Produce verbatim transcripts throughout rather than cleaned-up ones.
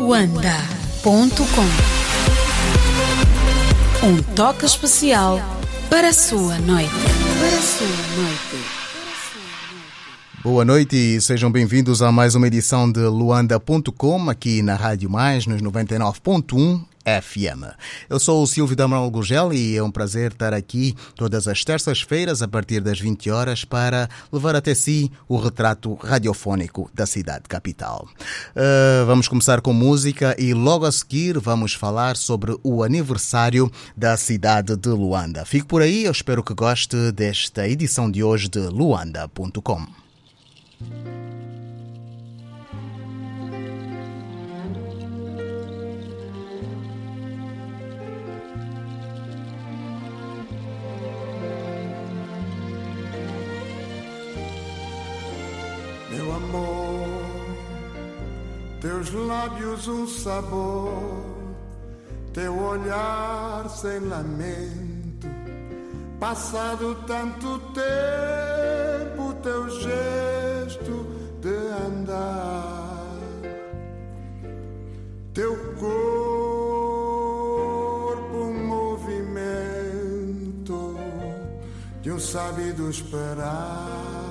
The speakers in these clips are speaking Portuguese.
Luanda ponto com. Um toque especial para a sua noite. Para a sua noite. Boa noite e sejam bem-vindos a mais uma edição de Luanda ponto com, aqui na Rádio Mais, nos noventa e nove ponto um F M. Eu sou o Silvio Damaral Gugel e é um prazer estar aqui todas as terças-feiras a partir das vinte horas para levar até si o retrato radiofónico da cidade capital. Uh, vamos começar com música e logo a seguir vamos falar sobre o aniversário da cidade de Luanda. Fique por aí, eu espero que goste desta edição de hoje de Luanda ponto com. Meu amor, teus lábios um sabor, teu olhar sem lamento, passado tanto tempo, teu gesto de andar, teu corpo um movimento de um sábio esperar.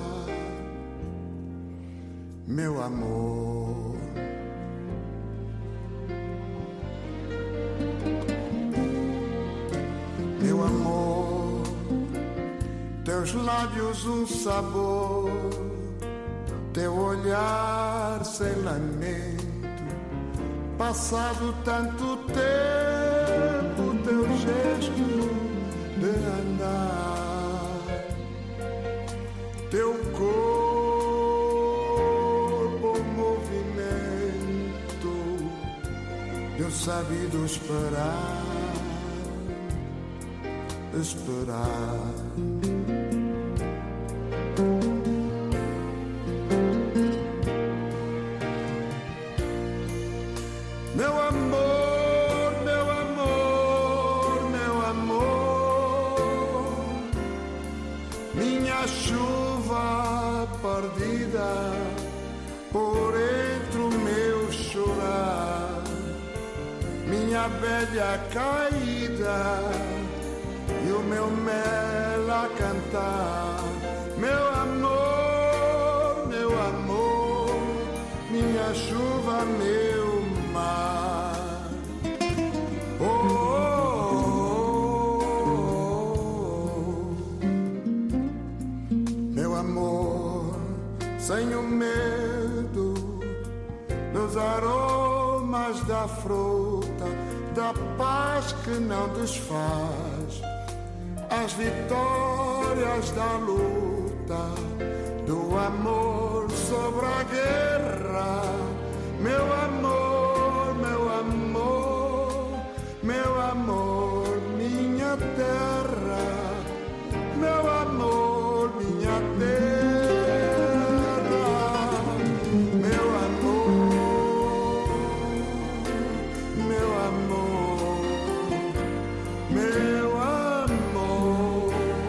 Meu amor, meu amor, teus lábios um sabor, teu olhar sem lamento, passado tanto tempo, teu gesto de andar, teu corpo eu sabido esperar, esperar. Meu amor, meu amor, meu amor, minha chuva perdida por entre o meu chorar, minha velha caída e o meu mel a cantar. Meu amor, meu amor, minha chuva, meu mar. Oh, oh, oh, oh. Meu amor, sem o medo dos aromas da fruta, da paz que não desfaz, as vitórias da luta, do amor sobre a guerra. Meu amor, meu amor, meu amor, minha terra, meu amor, minha terra, meu amor, meu amor, meu amor,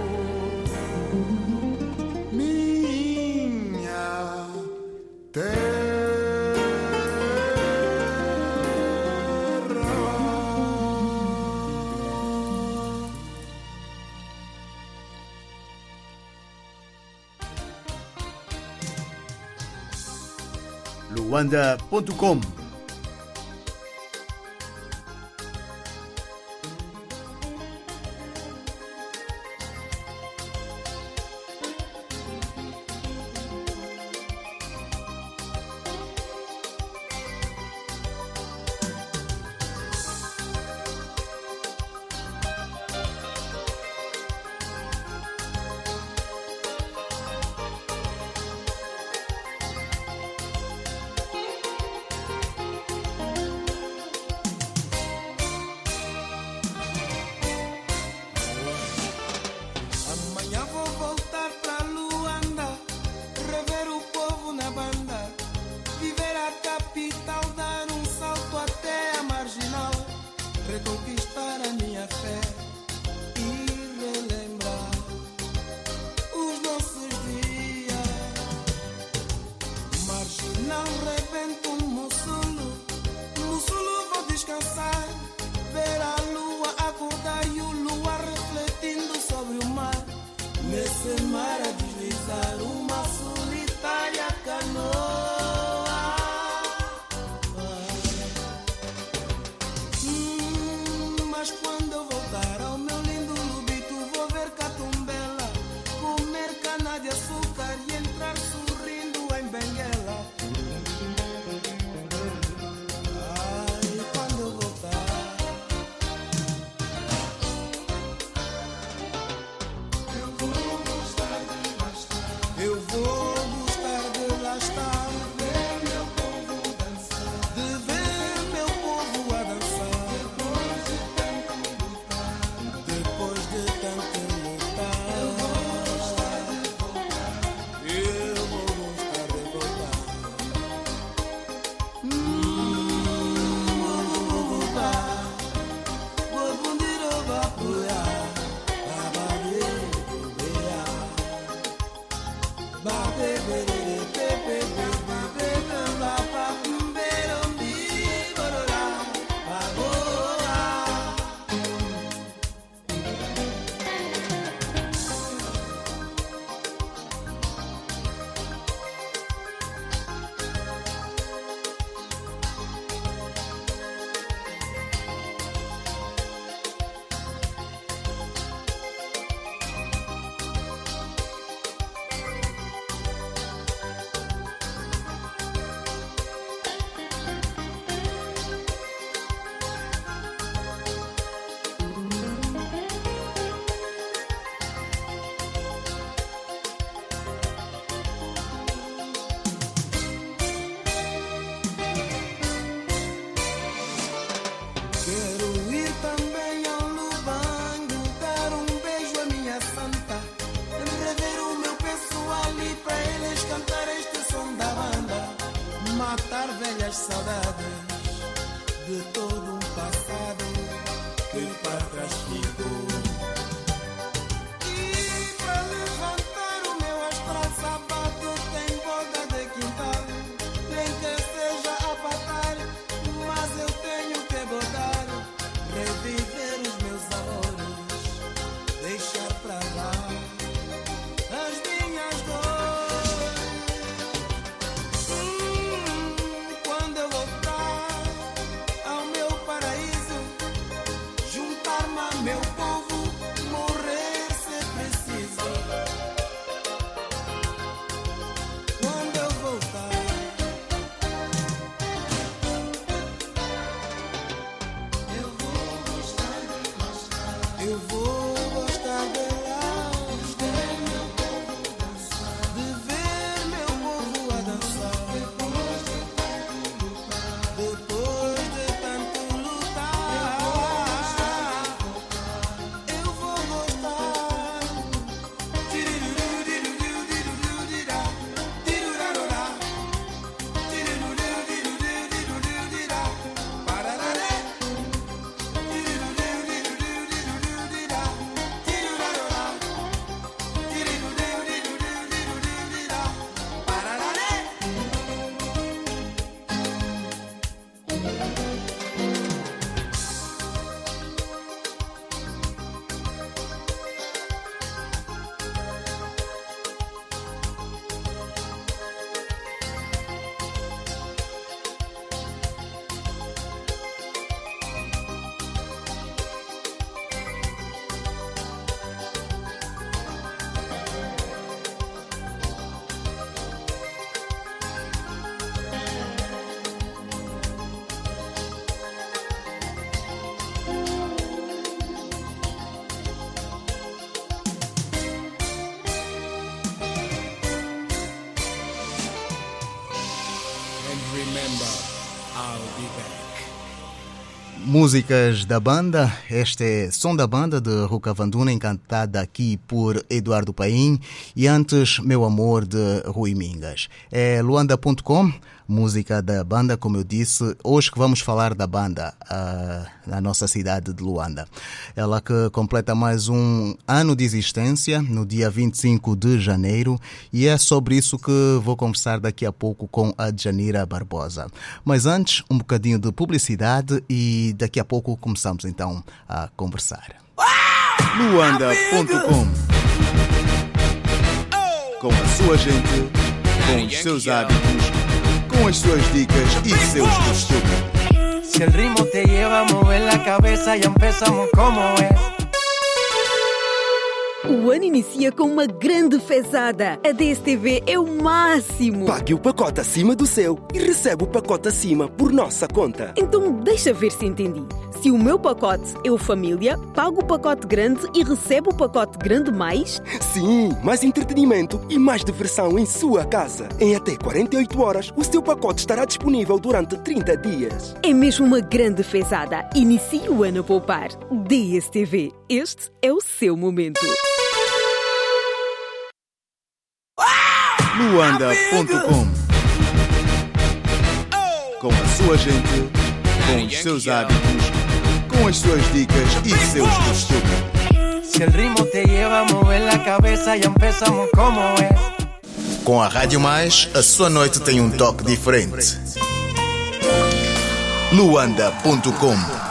minha terra. Luanda ponto com. Reconquistar a minha fé e relembrar os nossos dias. Marginal rebenta um moçolo no Benguela. Ai, quando eu voltar, eu vou gostar de lá estar. Eu vou gostar de lá estar. De ver meu povo dançar. De ver meu povo a dançar. Depois de tanto lutar. Eu vou gostar de voltar. Eu vou gostar de voltar. Hum, vou voltar. Vou fundir o vapoia. Babade, bebea. Babe, bebe, bebe, bebe, bebe, baba, mbero, mbi, borora, babora. Quero ir também ao Lubango, dar um beijo à minha santa, rever o meu pessoal e para eles cantar este som da banda, matar velhas saudades de todo um passado que para trás ficou. E para levantar o meu astral, sábado tem boda de quintal, nem que seja a batalha, mas eu tenho que botar, reviver os meus amores, deixar pra lá as minhas dores. Hum, quando eu voltar ao meu paraíso, juntar-me a meu povo, morrer se preciso. Quando eu voltar, eu vou gostar de lá estar. Eu vou gostar de lá estar. De ver meu povo dançar. De ver meu povo a dançar. Depois de tanto lutar. Eu vou gostar. Tirirurirurirurirurirá. Tirurarorá. Tirirurirurirurirurirá. Parararé. Tirirurirurirurirurirá. Tirurarorá. Tirirurirurirurirurirá. Parararé. And remember, I'll be back. Músicas da banda, este é Som da Banda de Ruca Vanduna, cantada aqui por Eduardo Paim, e antes Meu Amor de Rui Mingas. É Luanda ponto com, música da banda, como eu disse, hoje que vamos falar da banda uh, na nossa cidade de Luanda. Ela que completa mais um ano de existência, no dia vinte e cinco de janeiro, e é sobre isso que vou conversar daqui a pouco com a Djanira Barbosa. Mas antes, um bocadinho de publicidade e daqui a pouco começamos então a conversar. Luanda ponto com, com a sua gente, com os seus hábitos, com as suas dicas e seus costumes. Si el ritmo te lleva a mover la cabeza, ya empezamos como es. O ano inicia com uma grande fezada. A D S T V é o máximo. Pague o pacote acima do seu e recebe o pacote acima por nossa conta. Então deixa ver se entendi. Se o meu pacote é o Família, pago o pacote grande e recebo o pacote grande mais? Sim, mais entretenimento e mais diversão em sua casa. Em até quarenta e oito horas, o seu pacote estará disponível durante trinta dias. É mesmo uma grande fezada. Inicie o ano a poupar. D S T V. Este é o seu momento. Luanda ponto com. Com a sua gente, com os seus hábitos, com as suas dicas e seus costumes. Si el ritmo te lleva a mover la cabeza, ya empezamos como es. Com a Rádio Mais, a sua noite tem um toque diferente. Luanda ponto com.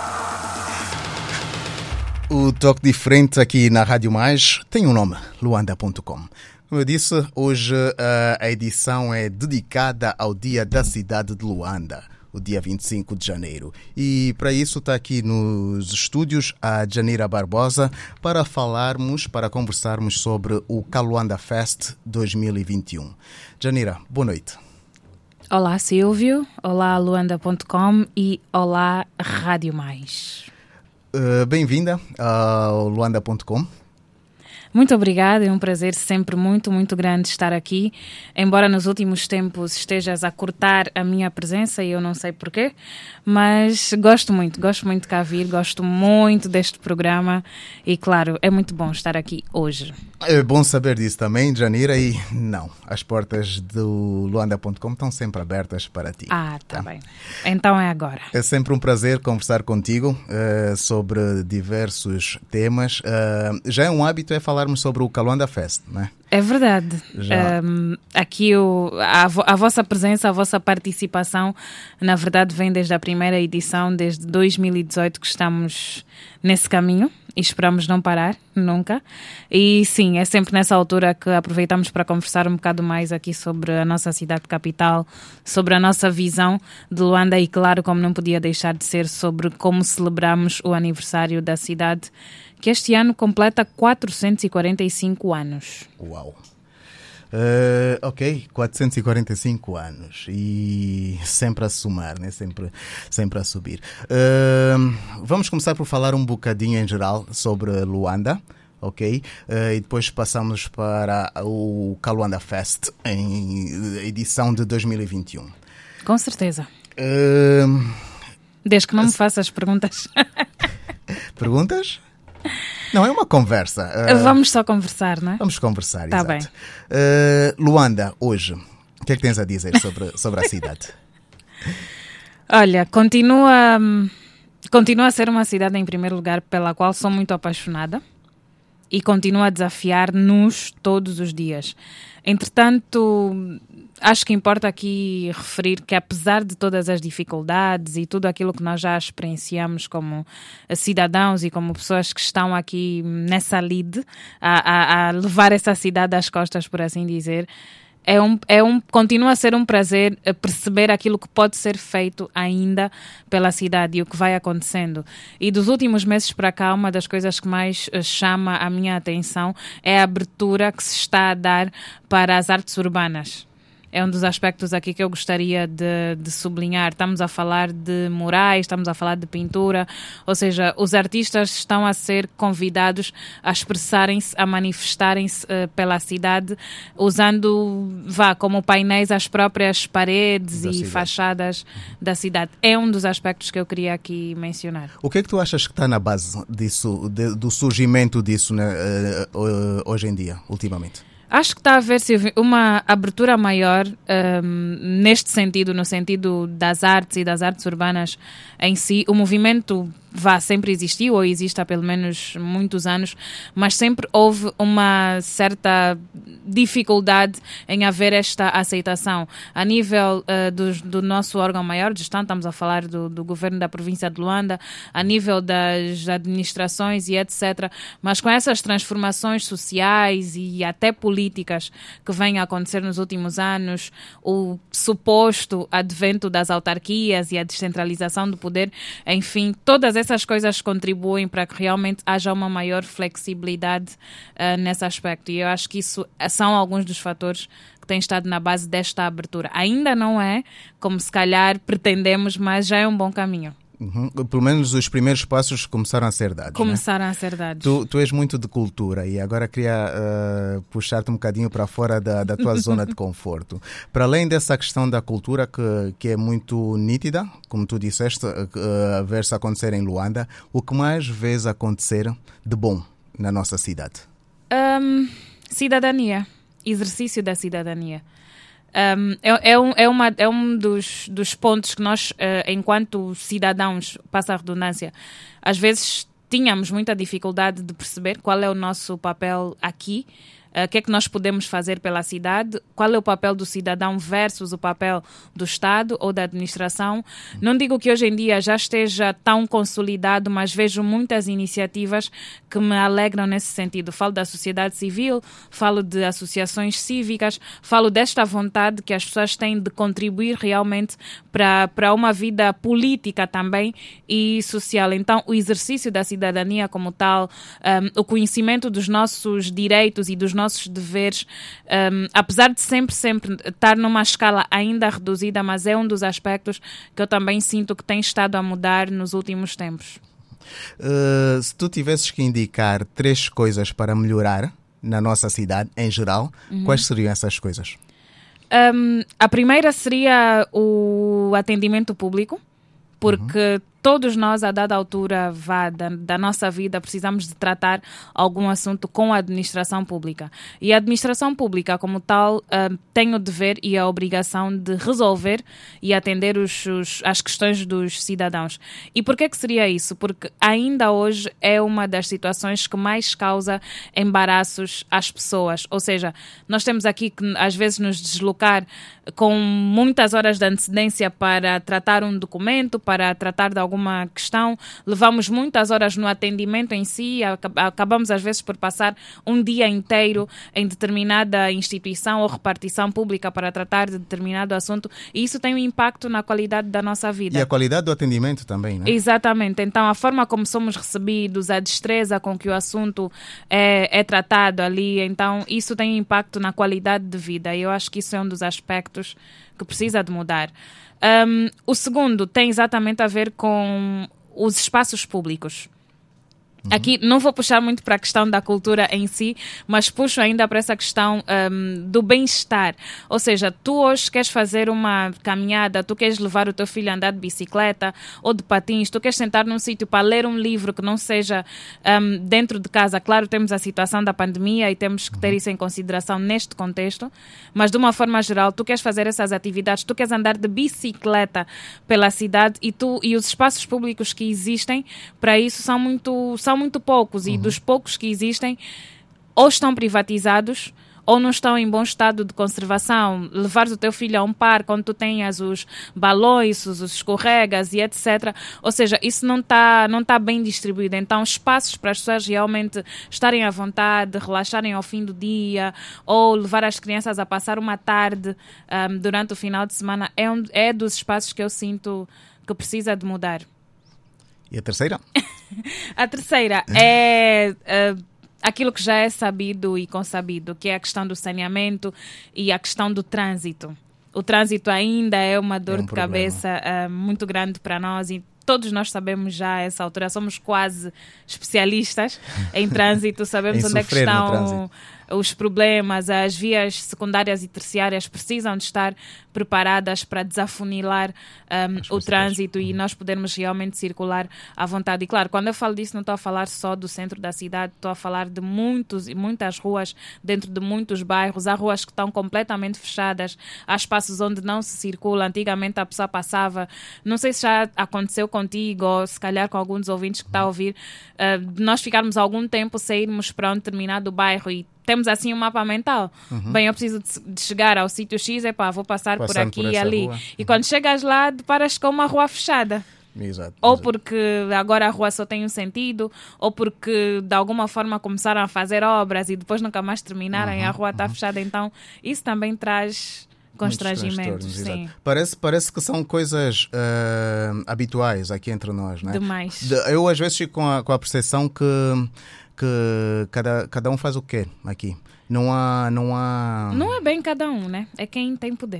O toque diferente aqui na Rádio Mais tem um nome, Luanda ponto com. Como eu disse, hoje a edição é dedicada ao Dia da Cidade de Luanda, o dia vinte e cinco de janeiro. E para isso está aqui nos estúdios a Janira Barbosa para falarmos, para conversarmos sobre o Kaluanda Fest dois mil e vinte e um. Janira, boa noite. Olá Silvio, olá Luanda ponto com e olá Rádio Mais. Uh, bem-vinda ao Luanda ponto com. Muito obrigada, é um prazer sempre muito, muito grande estar aqui. Embora nos últimos tempos estejas a cortar a minha presença e eu não sei porquê, mas gosto muito, gosto muito de cá vir, gosto muito deste programa e, claro, é muito bom estar aqui hoje. É bom saber disso também, Janira, e não, as portas do Luanda ponto com estão sempre abertas para ti. Ah, tá, tá bem. Então é agora. É sempre um prazer conversar contigo uh, sobre diversos temas. Uh, já é um hábito é falarmos sobre o Kaluanda Fest, não é? É verdade. Um, aqui o, a, a vossa presença, a vossa participação, na verdade, vem desde a primeira edição, desde dois mil e dezoito que estamos nesse caminho e esperamos não parar, nunca. E sim, é sempre nessa altura que aproveitamos para conversar um bocado mais aqui sobre a nossa cidade capital, sobre a nossa visão de Luanda e, claro, como não podia deixar de ser, sobre como celebramos o aniversário da cidade, que este ano completa quatrocentos e quarenta e cinco anos. Uau! Uh, ok, quatrocentos e quarenta e cinco anos e sempre a somar, né? sempre, sempre a subir. Uh, vamos começar por falar um bocadinho em geral sobre Luanda, ok? Uh, e depois passamos para o Kaluanda Fest em edição de dois mil e vinte e um. Com certeza. Uh, Desde que não me faças perguntas. Perguntas? Não, é uma conversa. Uh, vamos só conversar, não é? Vamos conversar, tá exato. Bem. Uh, Luanda, hoje, o que é que tens a dizer sobre, sobre a cidade? Olha, continua, continua a ser uma cidade, em primeiro lugar, pela qual sou muito apaixonada e continua a desafiar-nos todos os dias. Entretanto, acho que importa aqui referir que, apesar de todas as dificuldades e tudo aquilo que nós já experienciamos como cidadãos e como pessoas que estão aqui nessa lide, a, a, a levar essa cidade às costas, por assim dizer, é um, é um, continua a ser um prazer perceber aquilo que pode ser feito ainda pela cidade e o que vai acontecendo. E dos últimos meses para cá, uma das coisas que mais chama a minha atenção é a abertura que se está a dar para as artes urbanas. É um dos aspectos aqui que eu gostaria de, de sublinhar. Estamos a falar de murais, estamos a falar de pintura, ou seja, os artistas estão a ser convidados a expressarem-se, a manifestarem-se uh, pela cidade, usando, vá, como painéis as próprias paredes da e cidade. Fachadas da cidade. É um dos aspectos que eu queria aqui mencionar. O que é que tu achas que está na base disso, de, do surgimento disso, né, uh, uh, hoje em dia, ultimamente? Acho que está a haver, Silvio, uma abertura maior um, neste sentido, no sentido das artes e das artes urbanas em si. O movimento vá, sempre existiu, ou existe há pelo menos muitos anos, mas sempre houve uma certa dificuldade em haver esta aceitação. A nível uh, do, do nosso órgão maior de gestão, estamos a falar do, do governo da província de Luanda, a nível das administrações e etcétera. Mas com essas transformações sociais e até políticas que vêm a acontecer nos últimos anos, o suposto advento das autarquias e a descentralização do poder, enfim, todas essas essas coisas contribuem para que realmente haja uma maior flexibilidade uh, nesse aspecto. E eu acho que isso são alguns dos fatores que têm estado na base desta abertura. Ainda não é como se calhar pretendemos, mas já é um bom caminho. Uhum. Pelo menos os primeiros passos começaram a ser dados. Começaram né? a ser dados. Tu, tu és muito de cultura e agora queria uh, puxar-te um bocadinho para fora da, da tua zona de conforto. Para além dessa questão da cultura que, que é muito nítida, como tu disseste, uh, ver-se acontecer em Luanda, o que mais vês acontecer de bom na nossa cidade? Um, cidadania. Exercício da cidadania. Um, é, é, um, é, uma, é um dos, dos pontos que nós, uh, enquanto cidadãos, passa a redundância, às vezes tínhamos muita dificuldade de perceber qual é o nosso papel aqui, o uh, que é que nós podemos fazer pela cidade, qual é o papel do cidadão versus o papel do Estado ou da administração. Não digo que hoje em dia já esteja tão consolidado, mas vejo muitas iniciativas que me alegram nesse sentido. Falo da sociedade civil, falo de associações cívicas, falo desta vontade que as pessoas têm de contribuir realmente para, para uma vida política também e social. Então, o exercício da cidadania como tal, um, o conhecimento dos nossos direitos e dos nossos nossos deveres, um, apesar de sempre, sempre estar numa escala ainda reduzida, mas é um dos aspectos que eu também sinto que tem estado a mudar nos últimos tempos. Uh, se tu tivesses que indicar três coisas para melhorar na nossa cidade, em geral, uhum. quais seriam essas coisas? Um, a primeira seria o atendimento público, porque uhum. todos nós, a dada altura vá, da, da nossa vida, precisamos de tratar algum assunto com a administração pública. E a administração pública, como tal, uh, tem o dever e a obrigação de resolver e atender os, os, as questões dos cidadãos. E por que que seria isso? Porque ainda hoje é uma das situações que mais causa embaraços às pessoas. Ou seja, nós temos aqui que, às vezes, nos deslocar com muitas horas de antecedência para tratar um documento, para tratar de alguma questão, levamos muitas horas no atendimento em si, acabamos às vezes por passar um dia inteiro em determinada instituição ou repartição pública para tratar de determinado assunto, e isso tem um impacto na qualidade da nossa vida. E a qualidade do atendimento também, né? Exatamente. Então, a forma como somos recebidos, a destreza com que o assunto é, é tratado ali, então isso tem um impacto na qualidade de vida, e eu acho que isso é um dos aspectos que precisa de mudar. Um, o segundo tem exatamente a ver com os espaços públicos. Uhum. Aqui não vou puxar muito para a questão da cultura em si, mas puxo ainda para essa questão um, do bem-estar. Ou seja, tu hoje queres fazer uma caminhada, tu queres levar o teu filho a andar de bicicleta ou de patins, tu queres sentar num sítio para ler um livro que não seja um, dentro de casa. Claro, temos a situação da pandemia e temos que ter isso em consideração neste contexto, mas de uma forma geral, tu queres fazer essas atividades, tu queres andar de bicicleta pela cidade e, tu, e os espaços públicos que existem para isso são muito... São muito poucos, e uhum. dos poucos que existem ou estão privatizados ou não estão em bom estado de conservação. Levares o teu filho a um parque onde tu tenhas os balões, os escorregas e etcétera. Ou seja, isso não está não tá bem distribuído. Então, espaços para as pessoas realmente estarem à vontade, relaxarem ao fim do dia ou levar as crianças a passar uma tarde um, durante o final de semana é, um, é dos espaços que eu sinto que precisa de mudar. E a terceira? A terceira é uh, aquilo que já é sabido e consabido, que é a questão do saneamento e a questão do trânsito. O trânsito ainda é uma dor é um de problema. cabeça uh, muito grande para nós, e todos nós sabemos já a essa altura, somos quase especialistas em trânsito, sabemos onde é que estão os problemas, as vias secundárias e terciárias precisam de estar preparadas para desafunilar um, o trânsito e nós podermos realmente circular à vontade. E claro, quando eu falo disso, não estou a falar só do centro da cidade, estou a falar de muitos, muitas ruas dentro de muitos bairros. Há ruas que estão completamente fechadas, há espaços onde não se circula. Antigamente a pessoa passava, não sei se já aconteceu contigo ou se calhar com alguns ouvintes que está a ouvir, uh, nós ficarmos algum tempo, sairmos para um determinado bairro e temos assim um mapa mental. Uhum. Bem, eu preciso de, de chegar ao sítio X, epá, vou passar Passando por aqui por e ali. Rua. E quando chegas lá, deparas com uma rua fechada. Exato, ou exato. Porque agora a rua só tem um sentido, ou porque de alguma forma começaram a fazer obras e depois nunca mais terminaram uhum, e a rua está uhum. fechada. Então, isso também traz, constrangimentos, sim. Parece, parece que são coisas uh, habituais aqui entre nós, né? Demais. De, eu às vezes fico com a, com a percepção que, que cada, cada um faz o que quer aqui. Não há, não há... Não é bem cada um, né? É quem tem poder.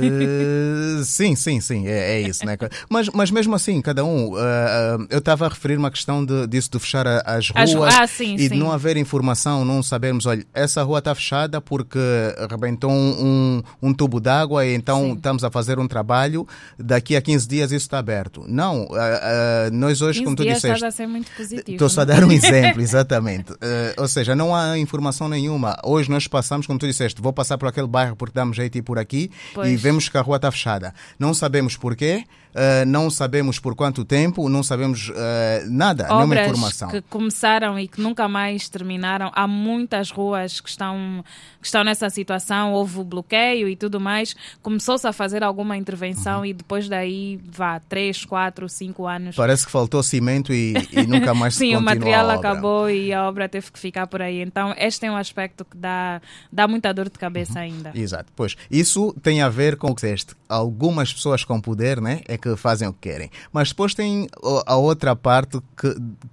Uh, sim, sim, sim, é, é isso, né? Mas, mas mesmo assim, cada um... Uh, uh, eu estava a referir uma questão de, disso de fechar a, as ruas as, ah, sim, e sim. de não haver informação, não sabermos, olha, essa rua está fechada porque arrebentou um, um, um tubo d'água e então sim. estamos a fazer um trabalho, daqui a quinze dias isso está aberto. Não, uh, uh, nós hoje, como tu disseste... quinze dias está a ser muito positivo. Estou só a dar um exemplo, exatamente. Uh, ou seja, não há informação nenhuma. Hoje nós passamos, como tu disseste, vou passar por aquele bairro porque damos jeito de ir por aqui pois. E vemos que a rua está fechada. Não sabemos porquê, uh, não sabemos por quanto tempo, não sabemos uh, nada, Obras nenhuma informação. Que começaram e que nunca mais terminaram. Há muitas ruas que estão, que estão nessa situação, houve o bloqueio e tudo mais. Começou-se a fazer alguma intervenção uhum. e depois daí, vá, três, quatro, cinco anos. Parece que faltou cimento e, e nunca mais se Sim, continua o material a obra. Acabou e a obra teve que ficar por aí. Então, este é um aspecto que dá, dá muita dor de cabeça uhum. ainda. Exato. Pois, isso tem a ver com o que disseste. Algumas pessoas com poder, né, é que fazem o que querem. Mas depois tem a outra parte que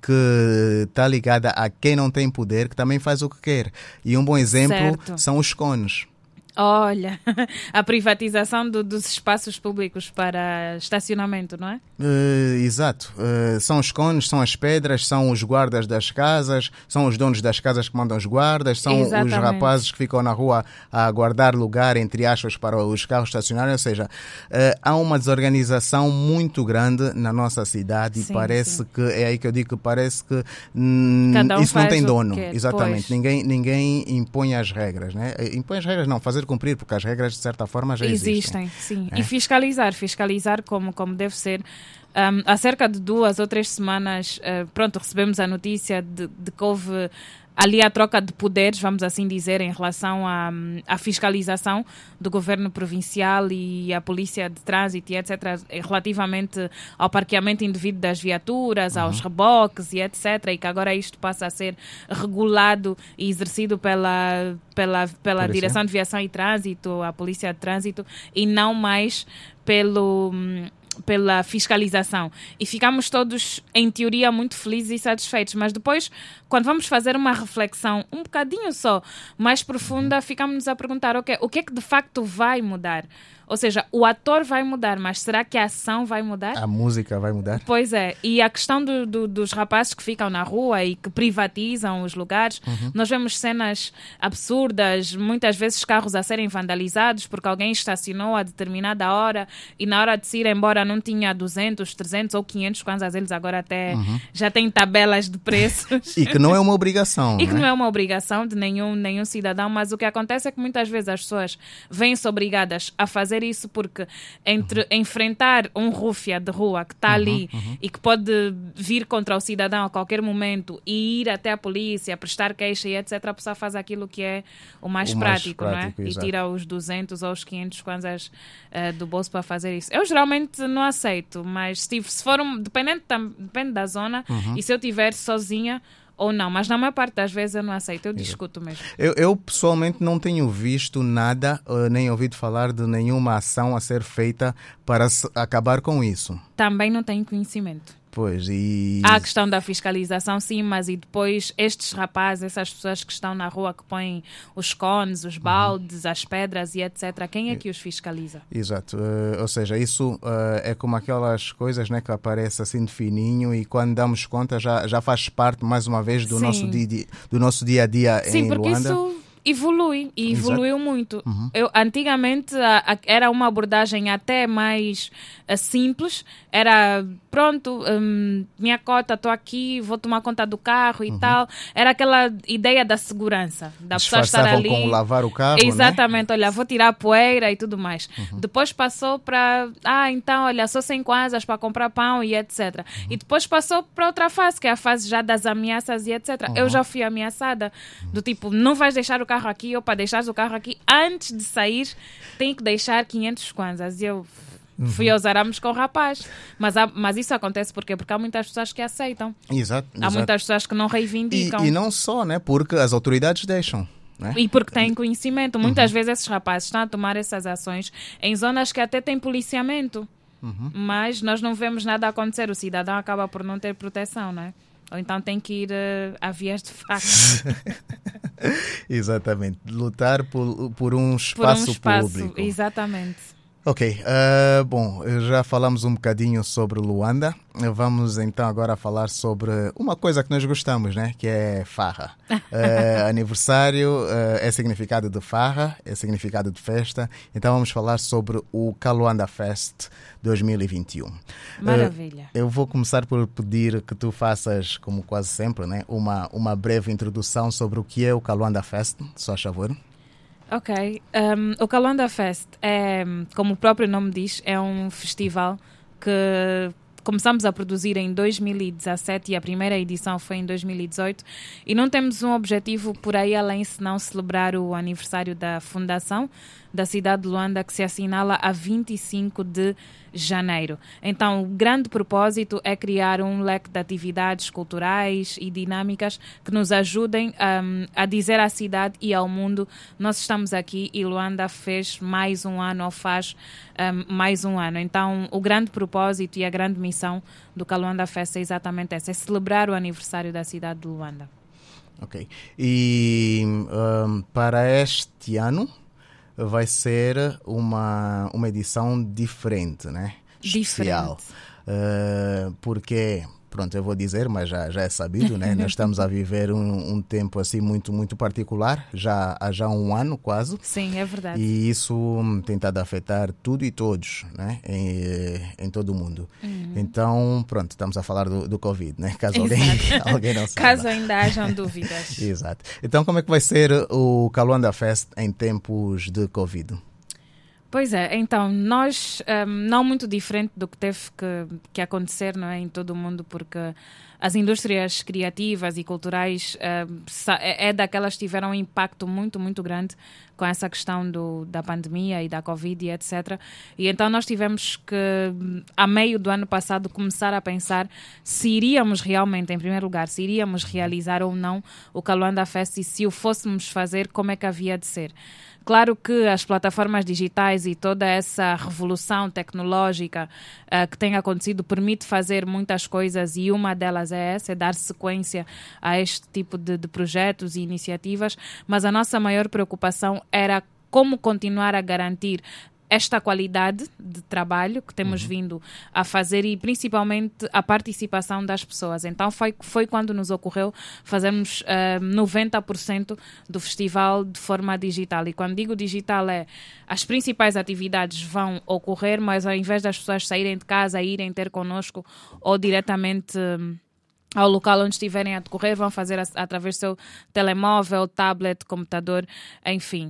que está ligada a quem não tem poder, que também faz o que quer. E um bom exemplo certo. São os cones. Olha, a privatização do, dos espaços públicos para estacionamento, não é? Uh, exato. Uh, são os cones, são as pedras, são os guardas das casas, são os donos das casas que mandam os guardas, são Exatamente. Os rapazes que ficam na rua a guardar lugar, entre aspas, para os carros estacionarem. Ou seja, uh, há uma desorganização muito grande na nossa cidade sim, e parece sim. que, é aí que eu digo que parece que hum, um isso não tem dono. Quer, Exatamente. Ninguém, ninguém impõe as regras, né? Impõe as regras, não, fazer cumprir, porque as regras de certa forma já existem. Existem, sim. É? E fiscalizar, fiscalizar como, como deve ser. Um, há cerca de duas ou três semanas, uh, pronto, recebemos a notícia de, de que houve ali a troca de poderes, vamos assim dizer, em relação à, à fiscalização do governo provincial e à polícia de trânsito e etcétera, relativamente ao parqueamento indevido das viaturas, uhum. aos reboques e etcétera, e que agora isto passa a ser regulado e exercido pela, pela, pela Direção de Viação e Trânsito, a Polícia de Trânsito, e não mais pelo... pela fiscalização. E ficamos todos, em teoria, muito felizes e satisfeitos. Mas depois, quando vamos fazer uma reflexão um bocadinho só mais profunda, ficamos-nos a perguntar, okay, o que é que de facto vai mudar? Ou seja, o ator vai mudar, mas será que a ação vai mudar? A música vai mudar? Pois é. E a questão do, do, dos rapazes que ficam na rua e que privatizam os lugares, uhum. nós vemos cenas absurdas, muitas vezes carros a serem vandalizados porque alguém estacionou a determinada hora e na hora de se ir embora não tinha duzentos, trezentos ou quinhentos kwanzas, eles agora até uhum. já têm tabelas de preços. E que não é uma obrigação. E que né? não é uma obrigação de nenhum, nenhum cidadão, mas o que acontece é que muitas vezes as pessoas vêm-se obrigadas a fazer isso porque entre uhum. enfrentar um rúfia de rua que está uhum, ali uhum. e que pode vir contra o cidadão a qualquer momento e ir até a polícia, prestar queixa e etcétera, a pessoa faz aquilo que é o mais, o prático, mais prático, não é? exato. E tira os duzentos ou os quinhentos kwanzas uh, do bolso para fazer isso. Eu geralmente não aceito, mas Steve, se for um, dependendo, depende da zona uhum. e se eu estiver sozinha ou não, mas na maior parte das vezes eu não aceito, eu discuto mesmo. Eu, eu pessoalmente não tenho visto nada, uh, nem ouvido falar de nenhuma ação a ser feita para acabar com isso. Também não tenho conhecimento. Pois, e... Há a questão da fiscalização, sim, mas e depois estes rapazes, essas pessoas que estão na rua, que põem os cones, os baldes, uhum. as pedras e etcétera, quem é que os fiscaliza? Exato, uh, ou seja, isso uh, é como aquelas coisas, né, que aparecem assim de fininho e quando damos conta já, já faz parte mais uma vez do, nosso dia, do nosso dia a dia sim, em Luanda. Sim, porque isso evolui e evoluiu Exato. muito. Uhum. Eu, antigamente a, a, era uma abordagem até mais a, simples, era pronto, um, minha cota, estou aqui, vou tomar conta do carro e uhum. tal. Era aquela ideia da segurança, da pessoa estar ali. com lavar o carro, exatamente, né? Olha, vou tirar a poeira e tudo mais. Uhum. Depois passou para, ah, então, olha, só cem kwanzas para comprar pão e etcétera. Uhum. E depois passou para outra fase, que é a fase já das ameaças e etcétera. Uhum. Eu já fui ameaçada, do tipo, não vais deixar o carro aqui, ou para deixares o carro aqui, antes de sair, tem que deixar quinhentos kwanzas. E eu uhum. fui aos arames com o rapaz. Mas, há, mas isso acontece porque, porque há muitas pessoas que aceitam. Exato. Há exato. muitas pessoas que não reivindicam. E, e não só, né? Porque as autoridades deixam. né? E porque têm conhecimento. Muitas uhum. vezes esses rapazes estão a tomar essas ações em zonas que até têm policiamento. Uhum. Mas nós não vemos nada acontecer. O cidadão acaba por não ter proteção, não é? Ou então tem que ir uh, a vias de faca. Exatamente. Lutar por, por um espaço, por um espaço público. Exatamente. Ok, uh, bom, já falamos um bocadinho sobre Luanda. Vamos então agora falar sobre uma coisa que nós gostamos, né? Que é farra. uh, aniversário uh, é significado de farra, é significado de festa. Então vamos falar sobre o Kaluanda Fest dois mil e vinte e um. Maravilha. Uh, eu vou começar por pedir que tu faças, como quase sempre, né? Uma, uma breve introdução sobre o que é o Kaluanda Fest, só a favor. Ok. Um, o Kaluanda Fest é, como o próprio nome diz, é um festival que começamos a produzir em dois mil e dezassete e a primeira edição foi em dois mil e dezoito e não temos um objetivo por aí além senão celebrar o aniversário da fundação da cidade de Luanda, que se assinala a vinte e cinco de janeiro. Então, o grande propósito é criar um leque de atividades culturais e dinâmicas que nos ajudem um, a dizer à cidade e ao mundo: nós estamos aqui e Luanda fez mais um ano ou faz um, mais um ano. Então, o grande propósito e a grande missão do Kaluanda Fest é exatamente essa, é celebrar o aniversário da cidade de Luanda. Ok. E um, para este ano vai ser uma, uma edição diferente, né? Especial. Diferente. Uh, porque, pronto, eu vou dizer, mas já, já é sabido, né? Nós estamos a viver um, um tempo assim muito, muito particular, já, há já um ano quase. Sim, é verdade. E isso tem estado a afetar tudo e todos, né? Em, em todo o mundo. Uhum. Então, pronto, estamos a falar do, do Covid, né? Caso alguém, alguém não saiba. Caso ainda hajam dúvidas. Exato. Então, como é que vai ser o Kaluanda Fest em tempos de Covid? Pois é, então, nós, um, não muito diferente do que teve que, que acontecer, não é, em todo o mundo, porque as indústrias criativas e culturais um, é daquelas que tiveram um impacto muito, muito grande com essa questão do, da pandemia e da Covid e etcétera. E então nós tivemos que, a meio do ano passado, começar a pensar se iríamos realmente, em primeiro lugar, se iríamos realizar ou não o Kaluanda Fest e se o fôssemos fazer, como é que havia de ser. Claro que as plataformas digitais e toda essa revolução tecnológica uh, que tem acontecido permite fazer muitas coisas e uma delas é essa, é dar sequência a este tipo de, de projetos e iniciativas, mas a nossa maior preocupação era como continuar a garantir esta qualidade de trabalho que temos uhum. vindo a fazer e principalmente a participação das pessoas. Então foi, foi quando nos ocorreu fazermos uh, noventa por cento do festival de forma digital. E quando digo digital é as principais atividades vão ocorrer, mas ao invés das pessoas saírem de casa e irem ter connosco ou diretamente um, ao local onde estiverem a decorrer, vão fazer a, através do seu telemóvel, tablet, computador, enfim.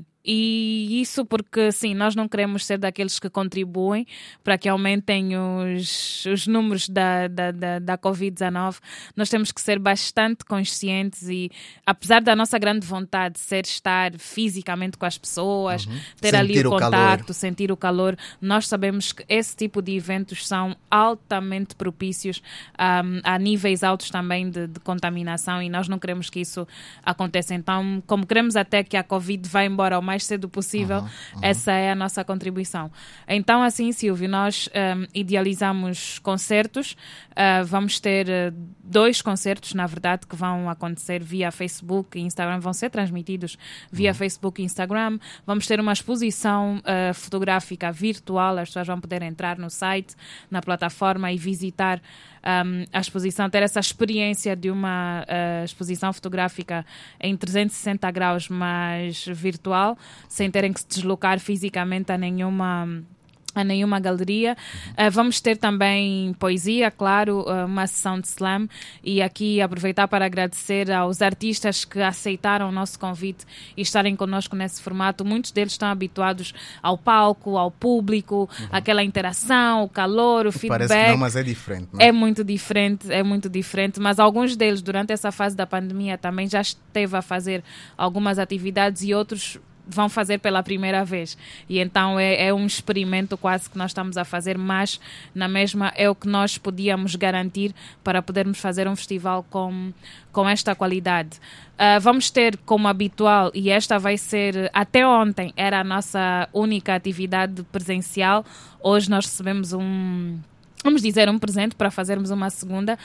E isso porque, sim, nós não queremos ser daqueles que contribuem para que aumentem os, os números da, da, da, da covid dezanove. Nós temos que ser bastante conscientes e, apesar da nossa grande vontade de ser estar fisicamente com as pessoas, uhum. ter sentir ali o, o contacto, calor. sentir o calor, nós sabemos que esse tipo de eventos são altamente propícios um, a níveis altos também de, de contaminação e nós não queremos que isso aconteça. Então, como queremos até que a Covid vá embora o mais mais cedo possível, uhum, uhum. essa é a nossa contribuição. Então, assim, Silvio, nós um, idealizamos concertos, uh, vamos ter uh, dois concertos, na verdade, que vão acontecer via Facebook e Instagram, vão ser transmitidos via uhum. Facebook e Instagram, vamos ter uma exposição uh, fotográfica virtual, as pessoas vão poder entrar no site, na plataforma e visitar Um, a exposição, ter essa experiência de uma uh, exposição fotográfica em trezentos e sessenta graus, mas virtual, sem terem que se deslocar fisicamente a nenhuma... a nenhuma galeria. Uh, vamos ter também poesia, claro, uh, uma sessão de slam e aqui aproveitar para agradecer aos artistas que aceitaram o nosso convite e estarem connosco nesse formato. Muitos deles estão habituados ao palco, ao público, uhum. aquela interação, o calor, o feedback. Parece que não, mas é diferente, não é? É muito diferente, é muito diferente, mas alguns deles durante essa fase da pandemia também já esteve a fazer algumas atividades e outros vão fazer pela primeira vez. E então é, é um experimento quase que nós estamos a fazer, mas na mesma é o que nós podíamos garantir para podermos fazer um festival com, com esta qualidade. Uh, vamos ter como habitual, e esta vai ser, até ontem era a nossa única atividade presencial, hoje nós recebemos um... vamos dizer, um presente para fazermos uma segunda,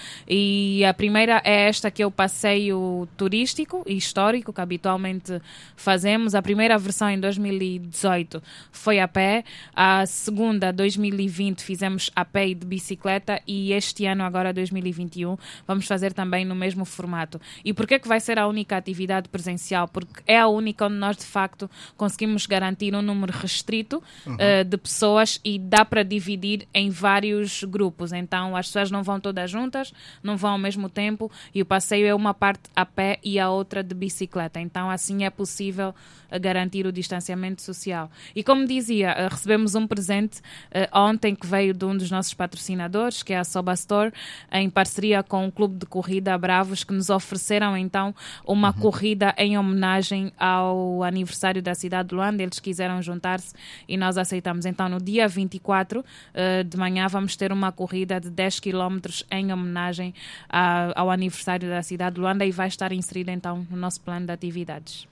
e a primeira é esta que é o passeio turístico e histórico que habitualmente fazemos. A primeira versão em dois mil e dezoito foi a pé, a segunda, dois mil e vinte, fizemos a pé e de bicicleta, e este ano, agora dois mil e vinte e um, vamos fazer também no mesmo formato. E porquê que vai ser a única atividade presencial? Porque é a única onde nós de facto conseguimos garantir um número restrito uhum. uh, de pessoas, e dá para dividir em vários grupos, então as pessoas não vão todas juntas, não vão ao mesmo tempo, e o passeio é uma parte a pé e a outra de bicicleta, então assim é possível uh, garantir o distanciamento social. E como dizia, uh, recebemos um presente uh, ontem que veio de um dos nossos patrocinadores, que é a Soba Store, em parceria com o Clube de Corrida Bravos, que nos ofereceram então uma uhum. corrida em homenagem ao aniversário da cidade de Luanda. Eles quiseram juntar-se e nós aceitamos. Então no dia vinte e quatro uh, de manhã vamos ter uma uma corrida de dez quilómetros em homenagem a, ao aniversário da cidade de Luanda, e vai estar inserida então no nosso plano de atividades.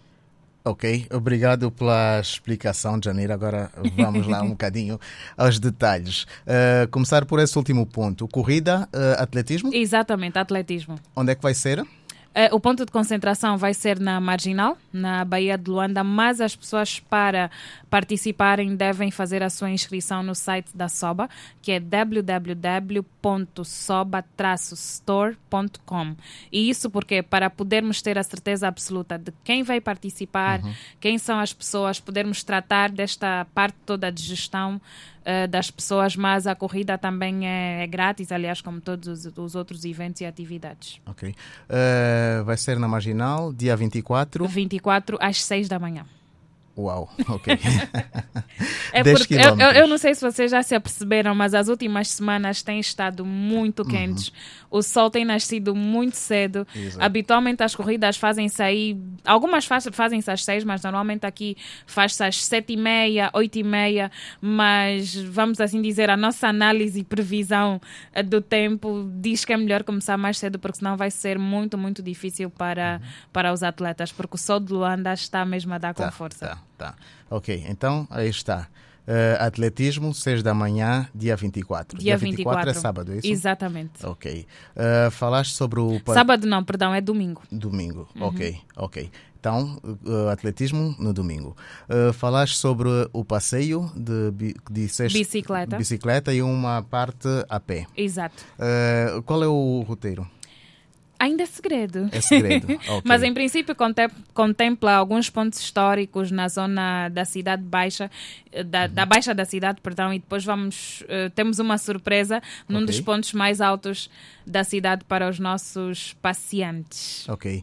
Ok, obrigado pela explicação, Janeiro. Agora vamos lá um bocadinho aos detalhes. Uh, começar por esse último ponto. Corrida, uh, atletismo? Exatamente, atletismo. Onde é que vai ser? Uh, o ponto de concentração vai ser na Marginal, na Baía de Luanda, mas as pessoas, para participarem, devem fazer a sua inscrição no site da Soba, que é w w w ponto soba traço store ponto com. E isso porque, para podermos ter a certeza absoluta de quem vai participar, uhum. quem são as pessoas, podermos tratar desta parte toda de gestão uh, das pessoas, mas a corrida também é, é grátis, aliás, como todos os, os outros eventos e atividades. Ok. Uh, vai ser na Marginal, dia vinte e quatro? vinte e quatro às seis da manhã. Uau, ok. É porque eu, eu, eu não sei se vocês já se aperceberam, mas as últimas semanas têm estado muito quentes. Uhum. O sol tem nascido muito cedo. Exato. Habitualmente as corridas fazem-se aí, algumas faz, fazem-se às seis, mas normalmente aqui faz-se às sete e meia, oito e meia, mas vamos assim dizer, a nossa análise e previsão do tempo diz que é melhor começar mais cedo, porque senão vai ser muito, muito difícil para, uhum. para os atletas, porque o sol de Luanda está mesmo a dar tá, com força. Tá. Tá. Ok, então aí está. Uh, atletismo, seis da manhã, dia vinte e quatro. Dia, dia vinte e quatro. vinte e quatro é sábado, é isso? Exatamente. Ok. Uh, falaste sobre o... Sábado não, perdão, é domingo. Domingo, uhum. ok, ok. Então, uh, atletismo no domingo. Uh, falaste sobre o passeio de, de seis... bicicleta. bicicleta e uma parte a pé. Exato. Uh, qual é o roteiro? Ainda é segredo. É segredo, okay. Mas em princípio contempla alguns pontos históricos na zona da cidade baixa, da, uhum. da baixa da cidade, perdão, e depois vamos, uh, temos uma surpresa num okay. dos pontos mais altos da cidade para os nossos passeantes. Ok.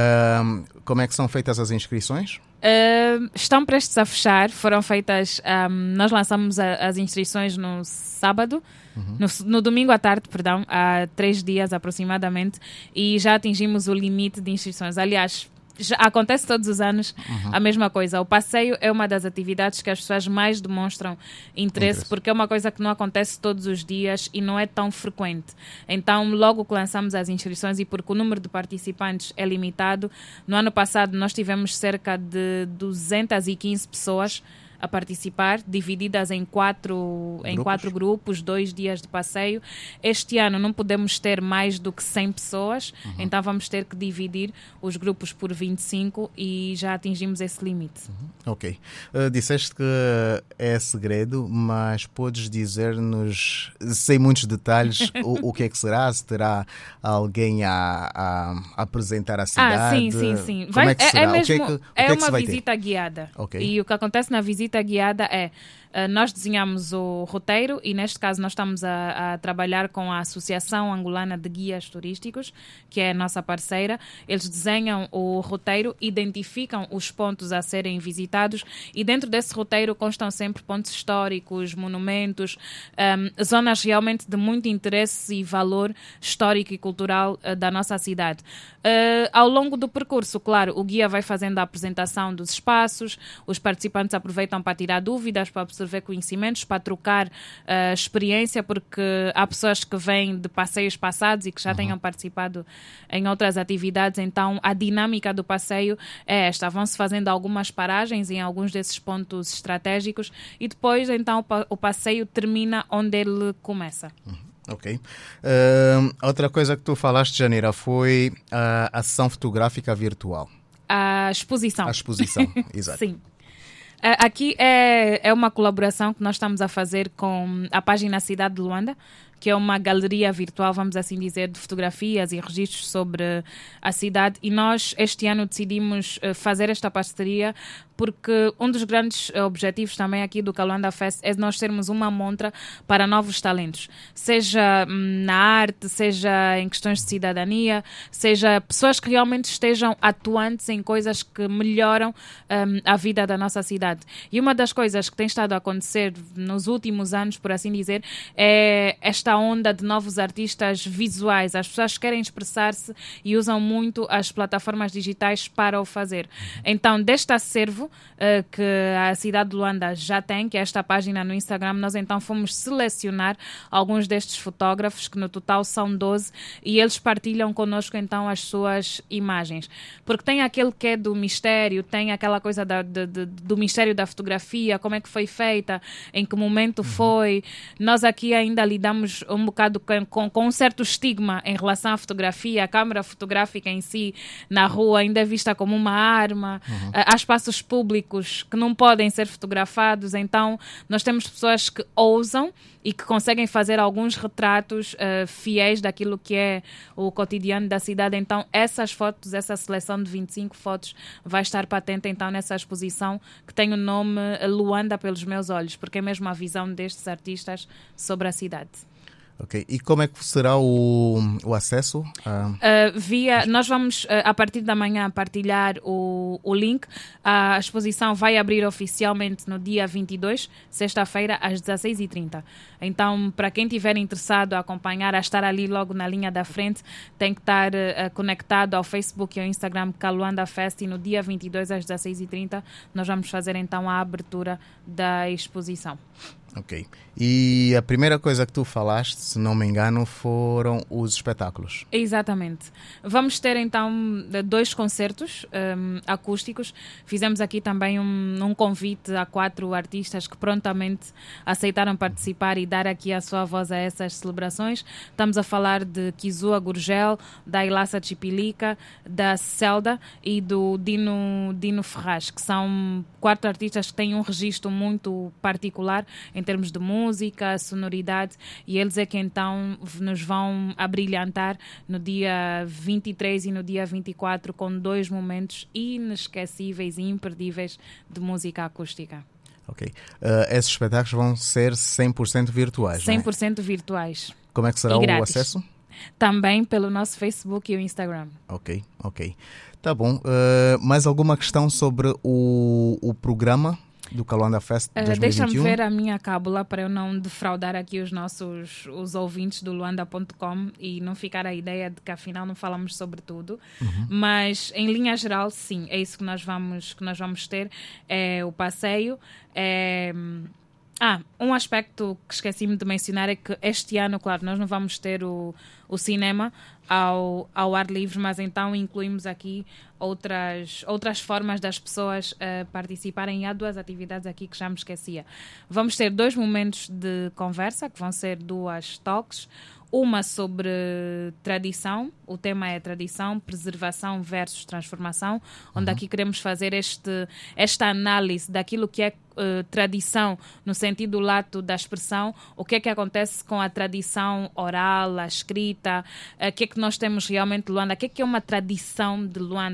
Uh, como é que são feitas as inscrições? Uh, estão prestes a fechar, foram feitas, um, nós lançamos a, as inscrições no sábado, uhum. no, no domingo à tarde, perdão, há três dias aproximadamente, e já atingimos o limite de inscrições. Aliás, já acontece todos os anos uhum. a mesma coisa. O passeio é uma das atividades que as pessoas mais demonstram interesse, interesse, porque é uma coisa que não acontece todos os dias e não é tão frequente. Então, logo que lançamos as inscrições, e porque o número de participantes é limitado, no ano passado nós tivemos cerca de duzentas e quinze pessoas a participar, divididas em quatro, grupos. em quatro grupos, dois dias de passeio. Este ano não podemos ter mais do que cem pessoas, uhum. então vamos ter que dividir os grupos por vinte e cinco e já atingimos esse limite. Uhum. Ok. Uh, disseste que é segredo, mas podes dizer-nos, sem muitos detalhes, o, o que é que será? Se terá alguém a, a apresentar a cidade? Ah, sim, sim, sim. Como Vai, é que será? É, é, mesmo, o que é, que, o é que é que uma visita ter? guiada. Okay. E o que acontece na visita guiada é, Uh, nós desenhamos o roteiro e, neste caso, nós estamos a, a trabalhar com a Associação Angolana de Guias Turísticos, que é a nossa parceira. Eles desenham o roteiro, identificam os pontos a serem visitados e dentro desse roteiro constam sempre pontos históricos, monumentos, um, zonas realmente de muito interesse e valor histórico e cultural uh, da nossa cidade. Uh, ao longo do percurso, claro, o guia vai fazendo a apresentação dos espaços, os participantes aproveitam para tirar dúvidas, para absorver conhecimentos, para trocar uh, experiência, porque há pessoas que vêm de passeios passados e que já uhum. tenham participado em outras atividades, então a dinâmica do passeio é esta, vão-se fazendo algumas paragens em alguns desses pontos estratégicos e depois então o passeio termina onde ele começa. Uhum. Ok. Uh, outra coisa que tu falaste, Janira, foi a ação fotográfica virtual. A exposição. A exposição, exato. Sim. Aqui é, é uma colaboração que nós estamos a fazer com a página Cidade de Luanda, que é uma galeria virtual, vamos assim dizer, de fotografias e registros sobre a cidade. E nós, este ano, decidimos fazer esta parceria porque um dos grandes objetivos também aqui do Kaluanda Fest é nós termos uma montra para novos talentos, seja na arte, seja em questões de cidadania, seja pessoas que realmente estejam atuantes em coisas que melhoram um, a vida da nossa cidade. E uma das coisas que tem estado a acontecer nos últimos anos, por assim dizer, é esta onda de novos artistas visuais. As pessoas querem expressar-se e usam muito as plataformas digitais para o fazer. Então, deste acervo uh, que a cidade de Luanda já tem, que é esta página no Instagram, nós então fomos selecionar alguns destes fotógrafos, que no total são doze, e eles partilham connosco então as suas imagens. Porque tem aquele que é do mistério, tem aquela coisa da, de, de, do mistério da fotografia, como é que foi feita, em que momento foi. Nós aqui ainda lidamos um bocado com, com, com um certo estigma em relação à fotografia. A câmara fotográfica em si, na rua, ainda é vista como uma arma. Uhum. Há espaços públicos que não podem ser fotografados, então nós temos pessoas que ousam e que conseguem fazer alguns retratos uh, fiéis daquilo que é o cotidiano da cidade. Então essas fotos, essa seleção de vinte e cinco fotos vai estar patente então nessa exposição que tem o nome Luanda pelos Meus Olhos, porque é mesmo a visão destes artistas sobre a cidade. Ok. E como é que será o, o acesso? A... Uh, via, nós vamos, uh, a partir da manhã, partilhar o, o link. A exposição vai abrir oficialmente no dia vinte e dois, sexta-feira, às dezasseis e trinta. Então, para quem estiver interessado a acompanhar, a estar ali logo na linha da frente, tem que estar uh, conectado ao Facebook e ao Instagram Kaluanda Fest, e no dia vinte e dois, às dezasseis e trinta, nós vamos fazer então a abertura da exposição. Ok. E a primeira coisa que tu falaste, se não me engano, foram os espetáculos. Exatamente. Vamos ter então dois concertos um, acústicos. Fizemos aqui também um, um convite a quatro artistas que prontamente aceitaram participar e dar aqui a sua voz a essas celebrações. Estamos a falar de Kizua Gurgel, da Ilassa Chipilica, da Celda e do Dino, Dino Ferraz, que são quatro artistas que têm um registro muito particular em termos de música, sonoridade, e eles é que então nos vão abrilhantar no dia vinte e três e no dia vinte e quatro com dois momentos inesquecíveis e imperdíveis de música acústica. Ok. Uh, esses espetáculos vão ser cem por cento virtuais, cem por cento não é? virtuais. Como é que será o acesso? Também pelo nosso Facebook e o Instagram. Ok, ok. Tá bom. Uh, mais alguma questão sobre o, o programa do Kaluanda Fest dois mil e vinte e um? Uh, deixa-me ver a minha cábula para eu não defraudar aqui os nossos os ouvintes do luanda ponto com e não ficar a ideia de que afinal não falamos sobre tudo. Uhum. Mas em linha geral, sim, é isso que nós vamos, que nós vamos ter. É o passeio. É... Ah, um aspecto que esqueci-me de mencionar é que este ano, claro, nós não vamos ter o, o cinema ao, ao ar livre, mas então incluímos aqui outras, outras formas das pessoas uh, participarem. Há duas atividades aqui que já me esquecia. Vamos ter dois momentos de conversa, que vão ser duas talks. Uma sobre tradição, o tema é tradição, preservação versus transformação, onde uhum. aqui queremos fazer este, esta análise daquilo que é uh, tradição no sentido lato da expressão, o que é que acontece com a tradição oral, a escrita, o uh, que é que nós temos realmente de Luanda, o que é que é uma tradição de Luanda, o que é que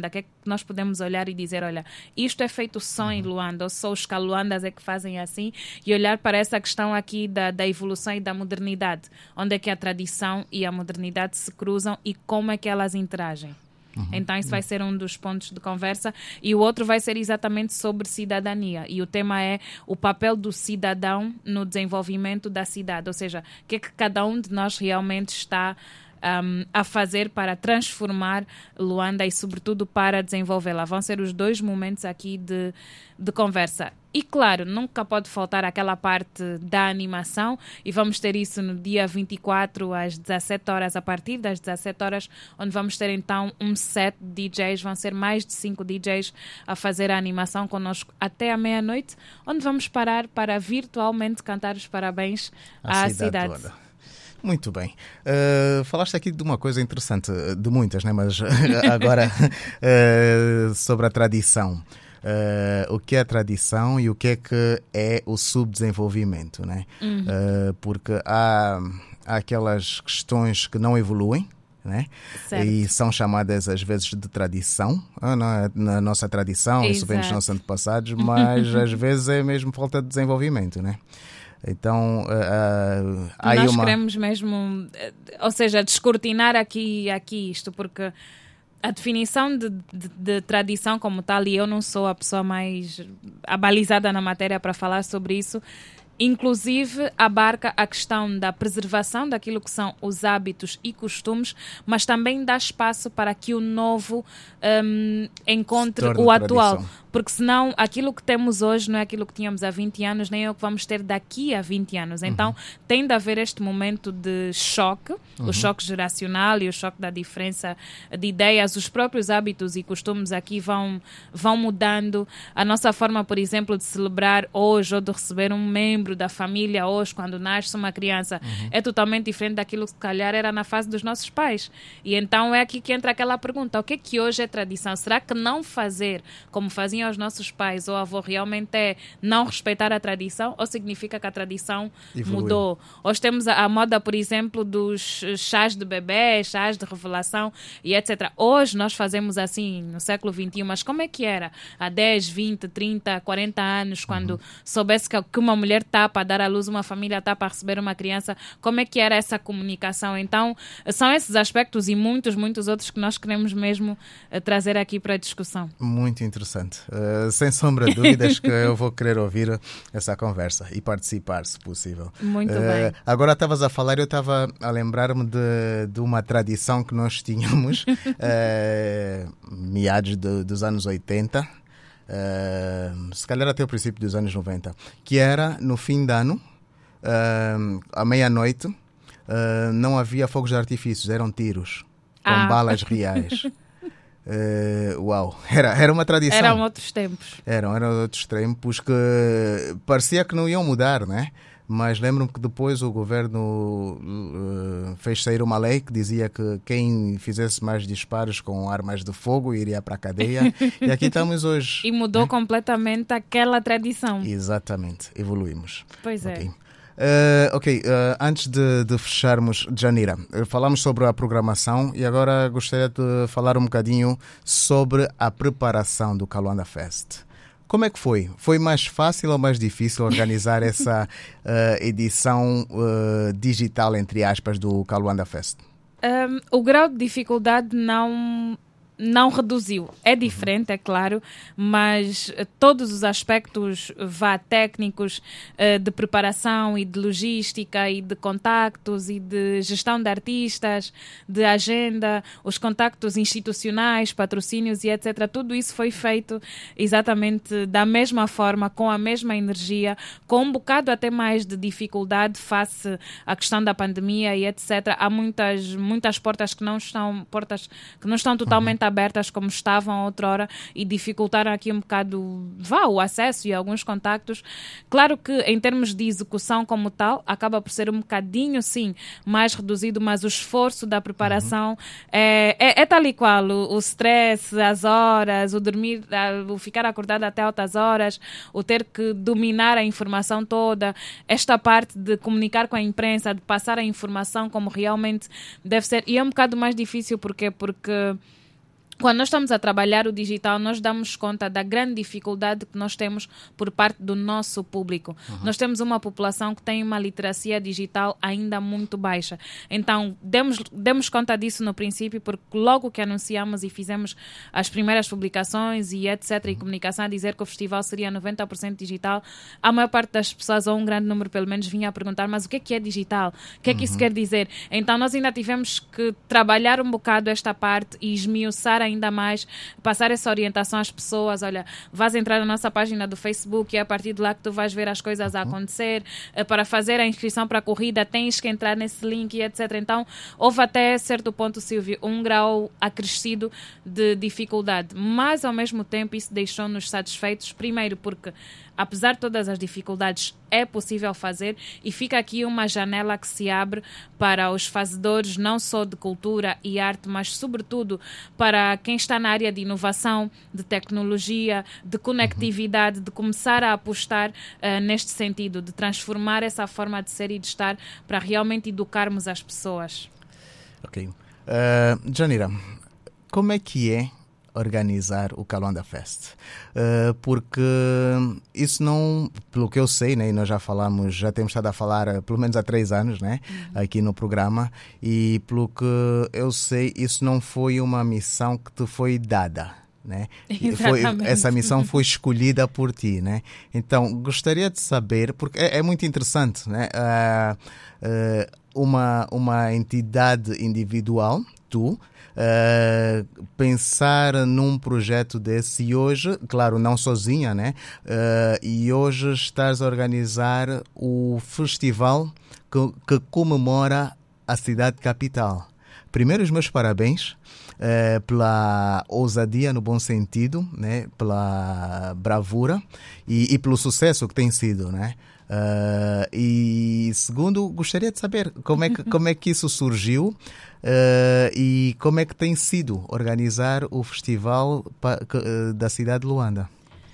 que nós podemos olhar e dizer, olha, isto é feito só em Luanda, ou só os caluandas é que fazem assim, e olhar para essa questão aqui da, da evolução e da modernidade, onde é que a tradição e a modernidade se cruzam e como é que elas interagem. Uhum. Então isso vai ser um dos pontos de conversa, e o outro vai ser exatamente sobre cidadania, e o tema é o papel do cidadão no desenvolvimento da cidade, ou seja, o que é que cada um de nós realmente está um, a fazer para transformar Luanda e sobretudo para desenvolvê-la. Vão ser os dois momentos aqui de, de conversa. E claro, nunca pode faltar aquela parte da animação, e vamos ter isso no dia vinte e quatro às dezassete horas, a partir das dezassete horas, onde vamos ter então um set de D Js, vão ser mais de cinco D Js a fazer a animação connosco até à meia-noite, onde vamos parar para virtualmente cantar os parabéns a à cidade. cidade. Toda. Muito bem. Uh, falaste aqui de uma coisa interessante, de muitas, né? Mas agora uh, sobre a tradição. Uh, o que é a tradição e o que é que é o subdesenvolvimento, né? Uhum. Uh, porque há, há aquelas questões que não evoluem, né? E são chamadas às vezes de tradição, ah, não, na nossa tradição, isso vem dos nossos antepassados, mas às vezes é mesmo falta de desenvolvimento, né? Então, uh, uh, há nós uma... queremos mesmo, ou seja, descortinar aqui, aqui isto, porque a definição de, de, de tradição como tal, e eu não sou a pessoa mais abalizada na matéria para falar sobre isso, inclusive abarca a questão da preservação daquilo que são os hábitos e costumes, mas também dá espaço para que o novo um, encontre o atual. Tradição. Porque senão aquilo que temos hoje não é aquilo que tínhamos há vinte anos, nem é o que vamos ter daqui a vinte anos. Então, uhum. tem de haver este momento de choque, uhum. o choque geracional e o choque da diferença de ideias. Os próprios hábitos e costumes aqui vão, vão mudando. A nossa forma, por exemplo, de celebrar hoje ou de receber um membro da família hoje, quando nasce uma criança, uhum. é totalmente diferente daquilo que se calhar era na fase dos nossos pais. E então é aqui que entra aquela pergunta, o que é que hoje é tradição? Será que não fazer como faziam aos nossos pais ou avô realmente é não respeitar a tradição, ou significa que a tradição Evoluiu. Mudou? Hoje temos a, a moda, por exemplo, dos chás de bebê, chás de revelação e etcétera. Hoje nós fazemos assim no século vinte e um, mas como é que era há dez, vinte, trinta, quarenta anos, quando uhum. soubesse que, que uma mulher está para dar à luz uma família, está para receber uma criança, como é que era essa comunicação? Então, são esses aspectos e muitos, muitos outros que nós queremos mesmo uh, trazer aqui para a discussão. Muito interessante. Uh, sem sombra de dúvidas que eu vou querer ouvir essa conversa e participar, se possível. Muito uh, bem. Agora estavas a falar, eu estava a lembrar-me de, de uma tradição que nós tínhamos, uh, meados de, dos anos oitenta, uh, se calhar até o princípio dos anos noventa, que era no fim de ano, uh, à meia-noite, uh, não havia fogos de artifícios, eram tiros com ah. balas reais. Uh, uau, era, era uma tradição. Eram outros tempos. Eram, eram outros tempos que parecia que não iam mudar, né? Mas lembro-me que depois o governo uh, fez sair uma lei que dizia que quem fizesse mais disparos com armas de fogo iria para a cadeia. E aqui estamos hoje. E mudou né? completamente aquela tradição. Exatamente, evoluímos. Pois é. Okay. Uh, ok, uh, antes de, de fecharmos, Janira, falamos sobre a programação e agora gostaria de falar um bocadinho sobre a preparação do Kaluanda Fest. Como é que foi? Foi mais fácil ou mais difícil organizar essa uh, edição uh, digital, entre aspas, do Kaluanda Fest? Um, o grau de dificuldade não... não reduziu. É diferente, é claro, mas todos os aspectos vá técnicos de preparação e de logística e de contactos e de gestão de artistas, de agenda, os contactos institucionais, patrocínios e etcétera. Tudo isso foi feito exatamente da mesma forma, com a mesma energia, com um bocado até mais de dificuldade face à questão da pandemia e etcétera. Há muitas, muitas portas que não estão, portas que não estão totalmente uhum. abertas como estavam outrora e dificultaram aqui um bocado vá, o acesso e alguns contactos. Claro que em termos de execução como tal, acaba por ser um bocadinho, sim, mais reduzido, mas o esforço da preparação uhum. é, é, é tal e qual. O, o stress, as horas, o dormir, o ficar acordado até altas horas, o ter que dominar a informação toda, esta parte de comunicar com a imprensa, de passar a informação como realmente deve ser. E é um bocado mais difícil, porque porque quando nós estamos a trabalhar o digital, nós damos conta da grande dificuldade que nós temos por parte do nosso público. Uhum. Nós temos uma população que tem uma literacia digital ainda muito baixa. Então, demos, demos conta disso no princípio, porque logo que anunciamos e fizemos as primeiras publicações e etcétera, uhum. e comunicação a dizer que o festival seria noventa por cento digital, a maior parte das pessoas, ou um grande número pelo menos, vinha a perguntar, mas o que é que é digital? O que é que uhum. isso quer dizer? Então, nós ainda tivemos que trabalhar um bocado esta parte e esmiuçar ainda mais, passar essa orientação às pessoas. Olha, vais entrar na nossa página do Facebook e é a partir de lá que tu vais ver as coisas a acontecer. Para fazer a inscrição para a corrida tens que entrar nesse link e etcétera. Então, houve até certo ponto, Silvio, um grau acrescido de dificuldade. Mas, ao mesmo tempo, isso deixou-nos satisfeitos. Primeiro porque, apesar de todas as dificuldades, é possível fazer, e fica aqui uma janela que se abre para os fazedores não só de cultura e arte, mas sobretudo para quem está na área de inovação, de tecnologia, de conectividade, de começar a apostar uh, neste sentido, de transformar essa forma de ser e de estar para realmente educarmos as pessoas. Ok. Uh, Janira, como é que é organizar o Kaluanda Fest? Uh, porque isso não, pelo que eu sei, né, e nós já falamos, já temos estado a falar uh, pelo menos há três anos, né, uhum. aqui no programa, e pelo que eu sei, isso não foi uma missão que te foi dada. Né? Foi, essa missão foi escolhida por ti, né? Então, gostaria de saber, porque é, é muito interessante, né? Uh, uh, uma, uma entidade individual, tu, uh, pensar num projeto desse e hoje, claro, não sozinha, né? Uh, e hoje estás a organizar o festival que, que comemora a cidade capital. Primeiro, os meus parabéns eh, pela ousadia no bom sentido, né? Pela bravura e, e pelo sucesso que tem sido, né? Uh, e segundo, gostaria de saber como é que, como é que isso surgiu uh, e como é que tem sido organizar o festival pa, uh, da cidade de Luanda.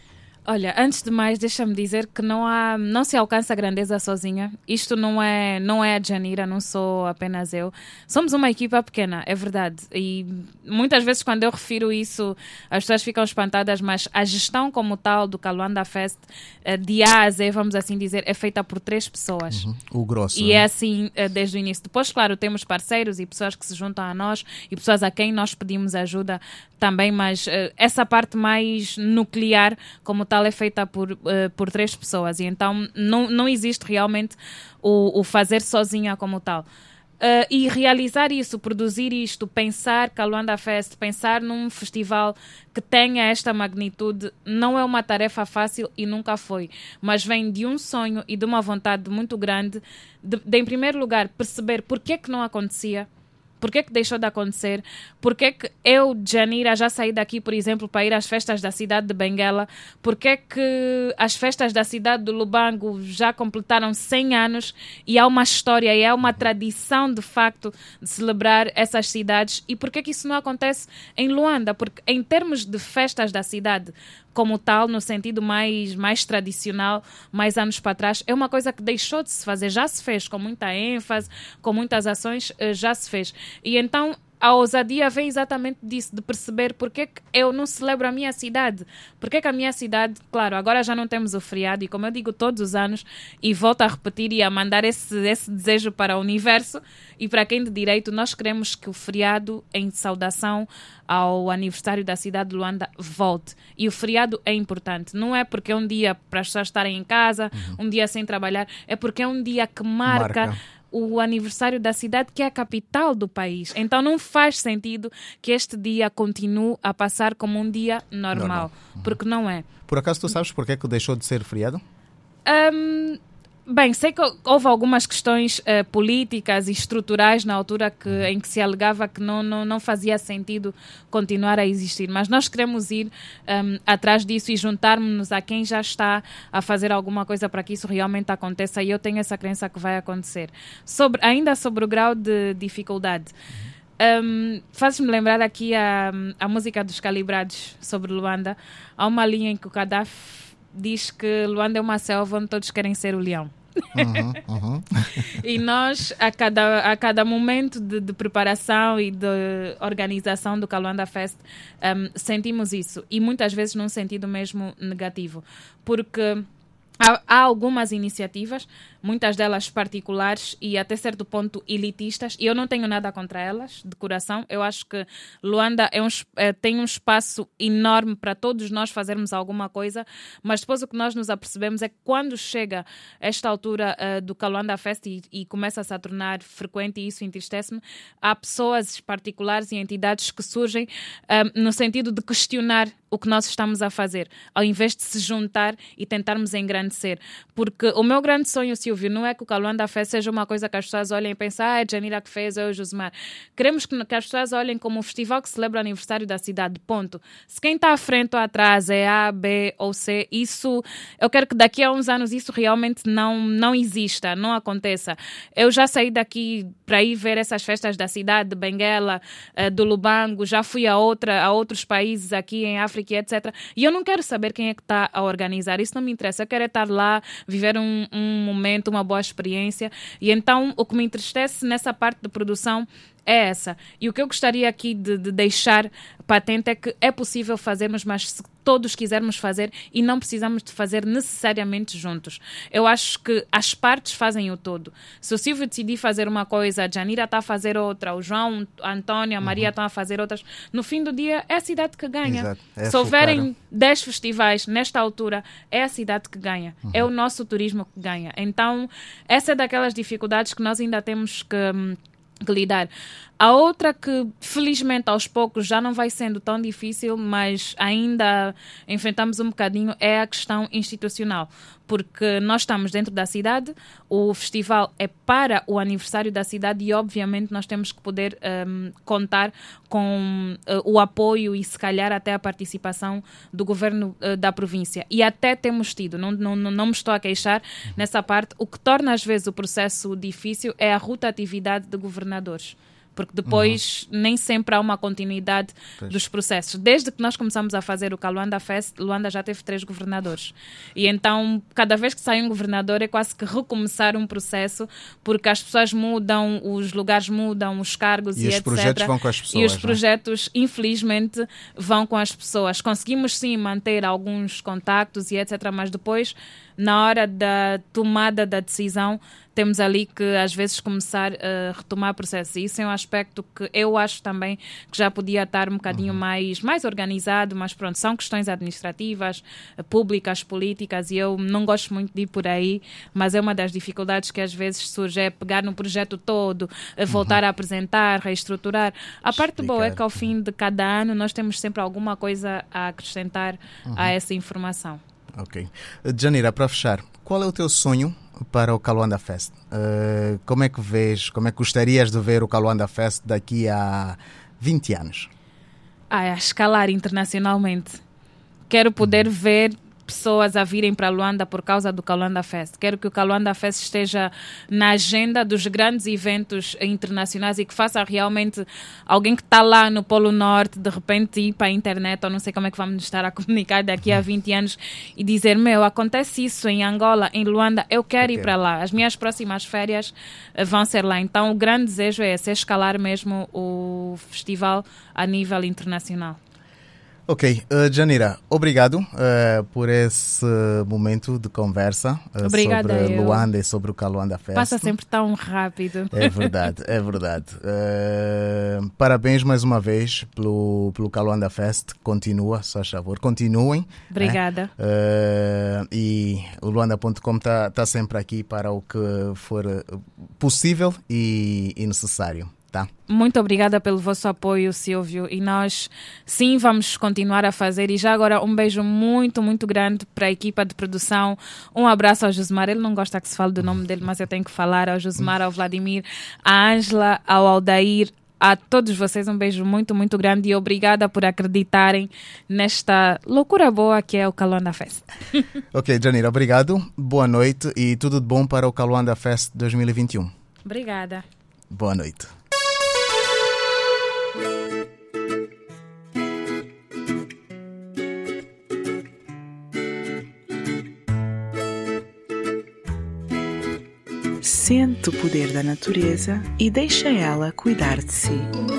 Olha, antes de mais, deixa-me dizer que não há, não se alcança a grandeza sozinha. Isto não é, não é a Janira, não sou apenas eu. Somos uma equipa pequena, é verdade. E muitas vezes quando eu refiro isso, as pessoas ficam espantadas, mas a gestão como tal do Kaluanda Fest, de A a Z, vamos assim dizer, é feita por três pessoas. Uhum. O grosso. E né? É assim desde o início. Depois, claro, temos parceiros e pessoas que se juntam a nós e pessoas a quem nós pedimos ajuda também, mas essa parte mais nuclear, como tal, é feita por, uh, por três pessoas e então não, não existe realmente o, o fazer sozinha como tal. Uh, e realizar isso, produzir isto, pensar Kaluanda Fest, pensar num festival que tenha esta magnitude, não é uma tarefa fácil e nunca foi, mas vem de um sonho e de uma vontade muito grande de, de em primeiro lugar, perceber porque é que não acontecia. Porquê que deixou de acontecer? Porquê que eu, Janira, já saí daqui, por exemplo, para ir às festas da cidade de Benguela? Porquê que as festas da cidade do Lubango já completaram cem anos e há uma história e há uma tradição, de facto, de celebrar essas cidades? E porquê que isso não acontece em Luanda? Porque em termos de festas da cidade, como tal, no sentido mais, mais tradicional, mais anos para trás, é uma coisa que deixou de se fazer. Já se fez com muita ênfase, com muitas ações, já se fez. E então a ousadia vem exatamente disso, de perceber porque que eu não celebro a minha cidade. Porque que a minha cidade, claro, agora já não temos o feriado e como eu digo todos os anos, e volto a repetir e a mandar esse, esse desejo para o universo e para quem de direito, nós queremos que o feriado em saudação ao aniversário da cidade de Luanda volte. E o feriado é importante. Não é porque é um dia para as pessoas estarem em casa, uhum. um dia sem trabalhar, é porque é um dia que marca... marca. o aniversário da cidade, que é a capital do país. Então não faz sentido que este dia continue a passar como um dia normal, normal. Uhum. Porque não é. Por acaso tu sabes porque é que deixou de ser feriado? Um, bem, sei que houve algumas questões uh, políticas e estruturais na altura que, uhum. em que se alegava que não, não, não fazia sentido continuar a existir, mas nós queremos ir um, atrás disso e juntarmos-nos a quem já está a fazer alguma coisa para que isso realmente aconteça, e eu tenho essa crença que vai acontecer. Sobre, ainda sobre o grau de dificuldade, um, faz-me lembrar aqui a, a música dos Calibrados sobre Luanda. Há uma linha em que o Gaddafi diz que Luanda é uma selva onde todos querem ser o leão. Uhum, uhum. E nós, a cada, a cada momento de, de preparação e de organização do Kaluanda Fest, um, sentimos isso. E muitas vezes num sentido mesmo negativo. Porque há, há algumas iniciativas, muitas delas particulares e até certo ponto elitistas, e eu não tenho nada contra elas, de coração. Eu acho que Luanda é um, é, tem um espaço enorme para todos nós fazermos alguma coisa, mas depois o que nós nos apercebemos é que quando chega esta altura uh, do Kaluanda Fest e, e começa-se a tornar frequente, e isso entristece-me, há pessoas particulares e entidades que surgem um, no sentido de questionar o que nós estamos a fazer, ao invés de se juntar e tentarmos engrandecer. Porque o meu grande sonho, Silvio, não é que o Kaluanda Fest seja uma coisa que as pessoas olhem e pensem, ah, é Janira que fez, é o Josemar. Queremos que, que as pessoas olhem como um festival que celebra o aniversário da cidade, ponto. Se quem está à frente ou atrás é A, B ou C, isso, eu quero que daqui a uns anos isso realmente não, não exista, não aconteça. Eu já saí daqui para ir ver essas festas da cidade, de Benguela, do Lubango, já fui a, outra, a outros países aqui em África, etcétera. E eu não quero saber quem é que está a organizar, isso não me interessa. Eu quero estar lá, viver um, um momento, uma boa experiência. E então o que me entristece nessa parte de produção é essa. E o que eu gostaria aqui de, de deixar patente é que é possível fazermos, mas se todos quisermos fazer, e não precisamos de fazer necessariamente juntos. Eu acho que as partes fazem o todo. Se o Silvio decidir fazer uma coisa, a Janira está a fazer outra, o João, a Antônia, a Maria estão a fazer outras, no fim do dia é a cidade que ganha. É se houverem dez festivais nesta altura, é a cidade que ganha. Uhum. É o nosso turismo que ganha. Então, essa é daquelas dificuldades que nós ainda temos que... que lidar. A outra que, felizmente, aos poucos já não vai sendo tão difícil, mas ainda enfrentamos um bocadinho, é a questão institucional. Porque nós estamos dentro da cidade, o festival é para o aniversário da cidade e, obviamente, nós temos que poder um, contar com uh, o apoio e, se calhar, até a participação do governo uh, da província. E até temos tido, não, não, não me estou a queixar nessa parte. O que torna, às vezes, o processo difícil é a rotatividade de governadores. Porque depois uhum. nem sempre há uma continuidade pois. dos processos. Desde que nós começamos a fazer o Kaluanda Fest, Luanda já teve três governadores. E então, cada vez que sai um governador, é quase que recomeçar um processo, porque as pessoas mudam, os lugares mudam, os cargos e, e os etcétera. Projetos vão com as pessoas, e os não? projetos, infelizmente, vão com as pessoas. Conseguimos, sim, manter alguns contactos e etcétera, mas depois, na hora da tomada da decisão, temos ali que, às vezes, começar a retomar o processo. E isso é um aspecto que eu acho também que já podia estar um bocadinho uhum. mais, mais organizado, mas pronto, são questões administrativas, públicas, políticas, e eu não gosto muito de ir por aí, mas é uma das dificuldades que às vezes surge, é pegar no projeto todo, voltar uhum. a apresentar, reestruturar. A parte Explicar. boa é que ao fim de cada ano nós temos sempre alguma coisa a acrescentar uhum. a essa informação. Ok. Janira, para fechar, qual é o teu sonho para o Kaluanda Fest? Uh, como é que vês, como é que gostarias de ver o Kaluanda Fest daqui a vinte anos? Ah, a escalar internacionalmente. Quero poder uhum. ver pessoas a virem para Luanda por causa do Kaluanda Fest. Quero que o Kaluanda Fest esteja na agenda dos grandes eventos internacionais e que faça realmente alguém que está lá no Polo Norte, de repente ir para a internet, ou não sei como é que vamos estar a comunicar daqui a vinte anos e dizer, meu, acontece isso em Angola, em Luanda, eu quero okay. ir para lá. As minhas próximas férias vão ser lá. Então o grande desejo é esse, é escalar mesmo o festival a nível internacional. Ok, uh, Janira, obrigado uh, por esse momento de conversa uh, sobre eu. Luanda e sobre o Kaluanda Fest. Passa sempre tão rápido. É verdade, é verdade. Uh, parabéns mais uma vez pelo, pelo Kaluanda Fest. Continua, só favor, continuem. Obrigada. Né? Uh, e o Luanda ponto com está tá sempre aqui para o que for possível e, e necessário. Tá. Muito obrigada pelo vosso apoio, Silvio, e nós sim vamos continuar a fazer. E já agora um beijo muito, muito grande para a equipa de produção. Um abraço ao Josemar, ele não gosta que se fale do nome dele, mas eu tenho que falar ao Josemar, ao Vladimir, à Ângela, ao Aldair, a todos vocês um beijo muito, muito grande e obrigada por acreditarem nesta loucura boa que é o Kaluanda Fest. Ok, Janira, obrigado, boa noite e tudo de bom para o Kaluanda Fest dois mil e vinte e um. Obrigada. Boa noite. Respeite o poder da natureza e deixe ela cuidar de si.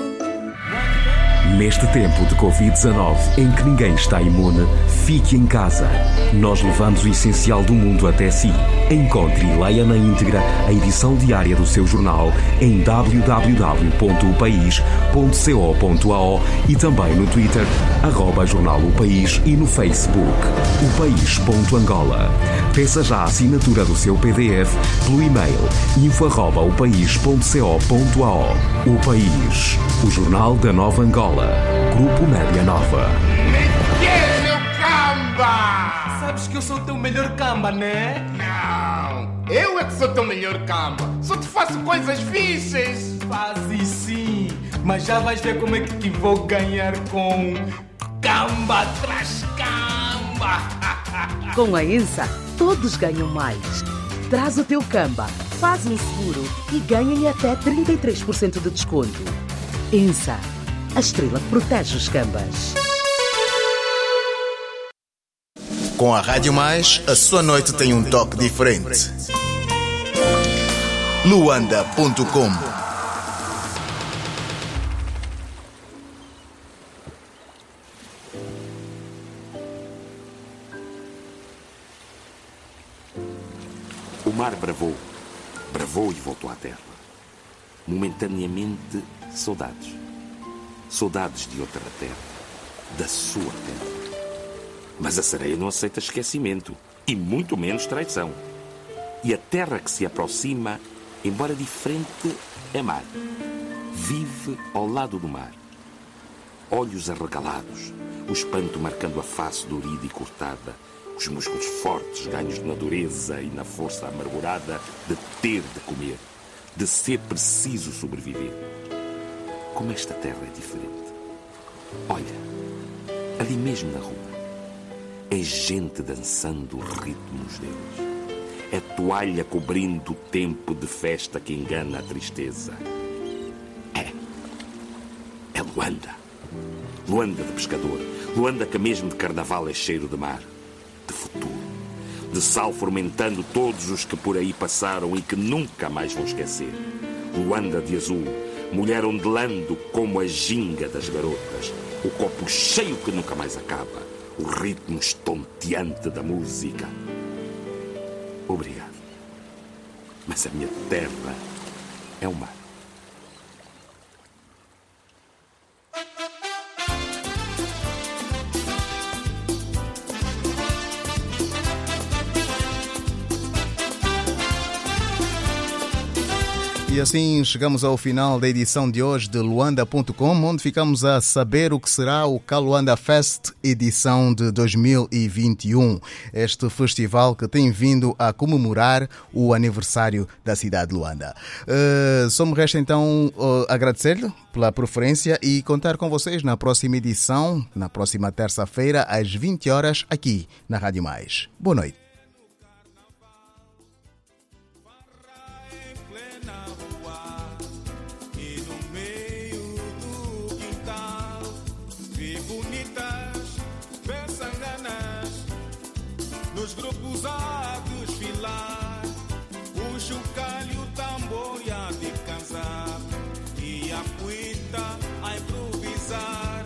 Neste tempo de covid dezenove, em que ninguém está imune, fique em casa. Nós levamos o essencial do mundo até si. Encontre e leia na íntegra a edição diária do seu jornal em w w w ponto o país ponto co ponto a o e também no Twitter, arroba Jornal O País, e no Facebook, o país ponto angola. Peça já a assinatura do seu P D F pelo e-mail info arroba o país ponto co ponto a o. O País, o jornal da Nova Angola. Grupo Média Nova. Me quer, meu camba! Sabes que eu sou o teu melhor camba, né? Não, eu é que sou teu melhor camba. Só te faço coisas fixes. Fazes sim, mas já vais ver como é que vou ganhar com camba tras camba. Com a ENSA, todos ganham mais. Traz o teu camba, faz um seguro e ganha até trinta e três por cento de desconto. ENSA, a estrela que protege os cambas. Com a Rádio Mais, a sua noite tem um toque diferente. Luanda ponto com. O mar bravou, bravou e voltou à terra. Momentaneamente, saudades. Saudades de outra terra, da sua terra. Mas a sereia não aceita esquecimento, e muito menos traição. E a terra que se aproxima, embora diferente, é mar. Vive ao lado do mar. Olhos arregalados, o espanto marcando a face dorida e cortada, os músculos fortes ganhos na dureza e na força amargurada de ter de comer, de ser preciso sobreviver. Como esta terra é diferente. Olha, ali mesmo na rua, é gente dançando os ritmos deles. É toalha cobrindo o tempo de festa que engana a tristeza. É. É Luanda. Luanda de pescador. Luanda que mesmo de carnaval é cheiro de mar. De futuro. De sal fermentando todos os que por aí passaram e que nunca mais vão esquecer. Luanda de azul. Mulher ondelando como a ginga das garotas. O copo cheio que nunca mais acaba. O ritmo estonteante da música. Obrigado. Mas a minha terra é o mar. E assim chegamos ao final da edição de hoje de Luanda ponto com, onde ficamos a saber o que será o Caluanda Fest edição de dois mil e vinte e um. Este festival que tem vindo a comemorar o aniversário da cidade de Luanda. Uh, só me resta então uh, agradecer-lhe pela preferência e contar com vocês na próxima edição, na próxima terça-feira, às vinte horas, aqui na Rádio Mais. Boa noite. Nos grupos a desfilar, o chocalho, o tambor a de cansar e a cuita a improvisar.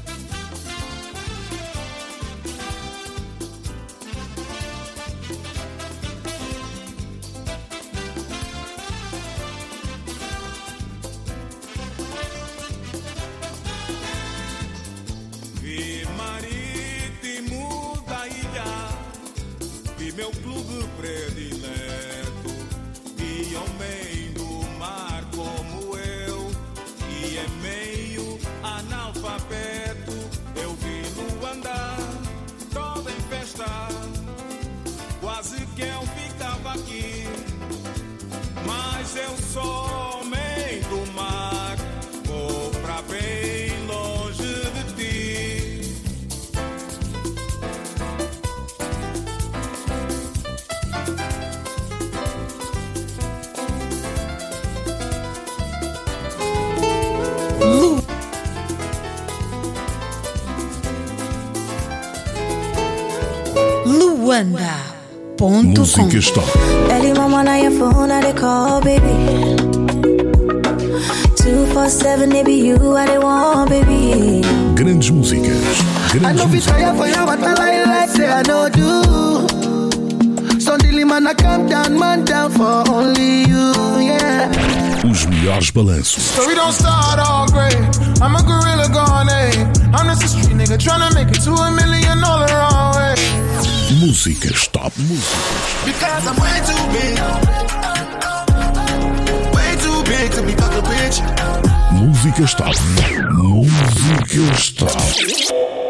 Vi marítimo da ilha, vi meu clube predileto, e homem do mar como eu, e é meio analfabeto. Eu vi Luanda toda em festa, quase que eu ficava aqui, mas eu sou homem do mar, vou pra bem longe de ti. Luanda. ponto com. Músicas top. Early mama on your phone, I they call, baby. two four seven, it be you, I they want, baby. Grandes músicas. I know we try for you, but I like like say I know do. Suddenly man, I come down, man down for only you, yeah. Os melhores balanços. Story don't start all great. I'm a gorilla gone, eh? I'm just a street nigga trying to make it to a million all the wrong way. Músicas top. Músicas. Because I'm way too big. Way too big to be fuck a bitch. Músicas top. Músicas top.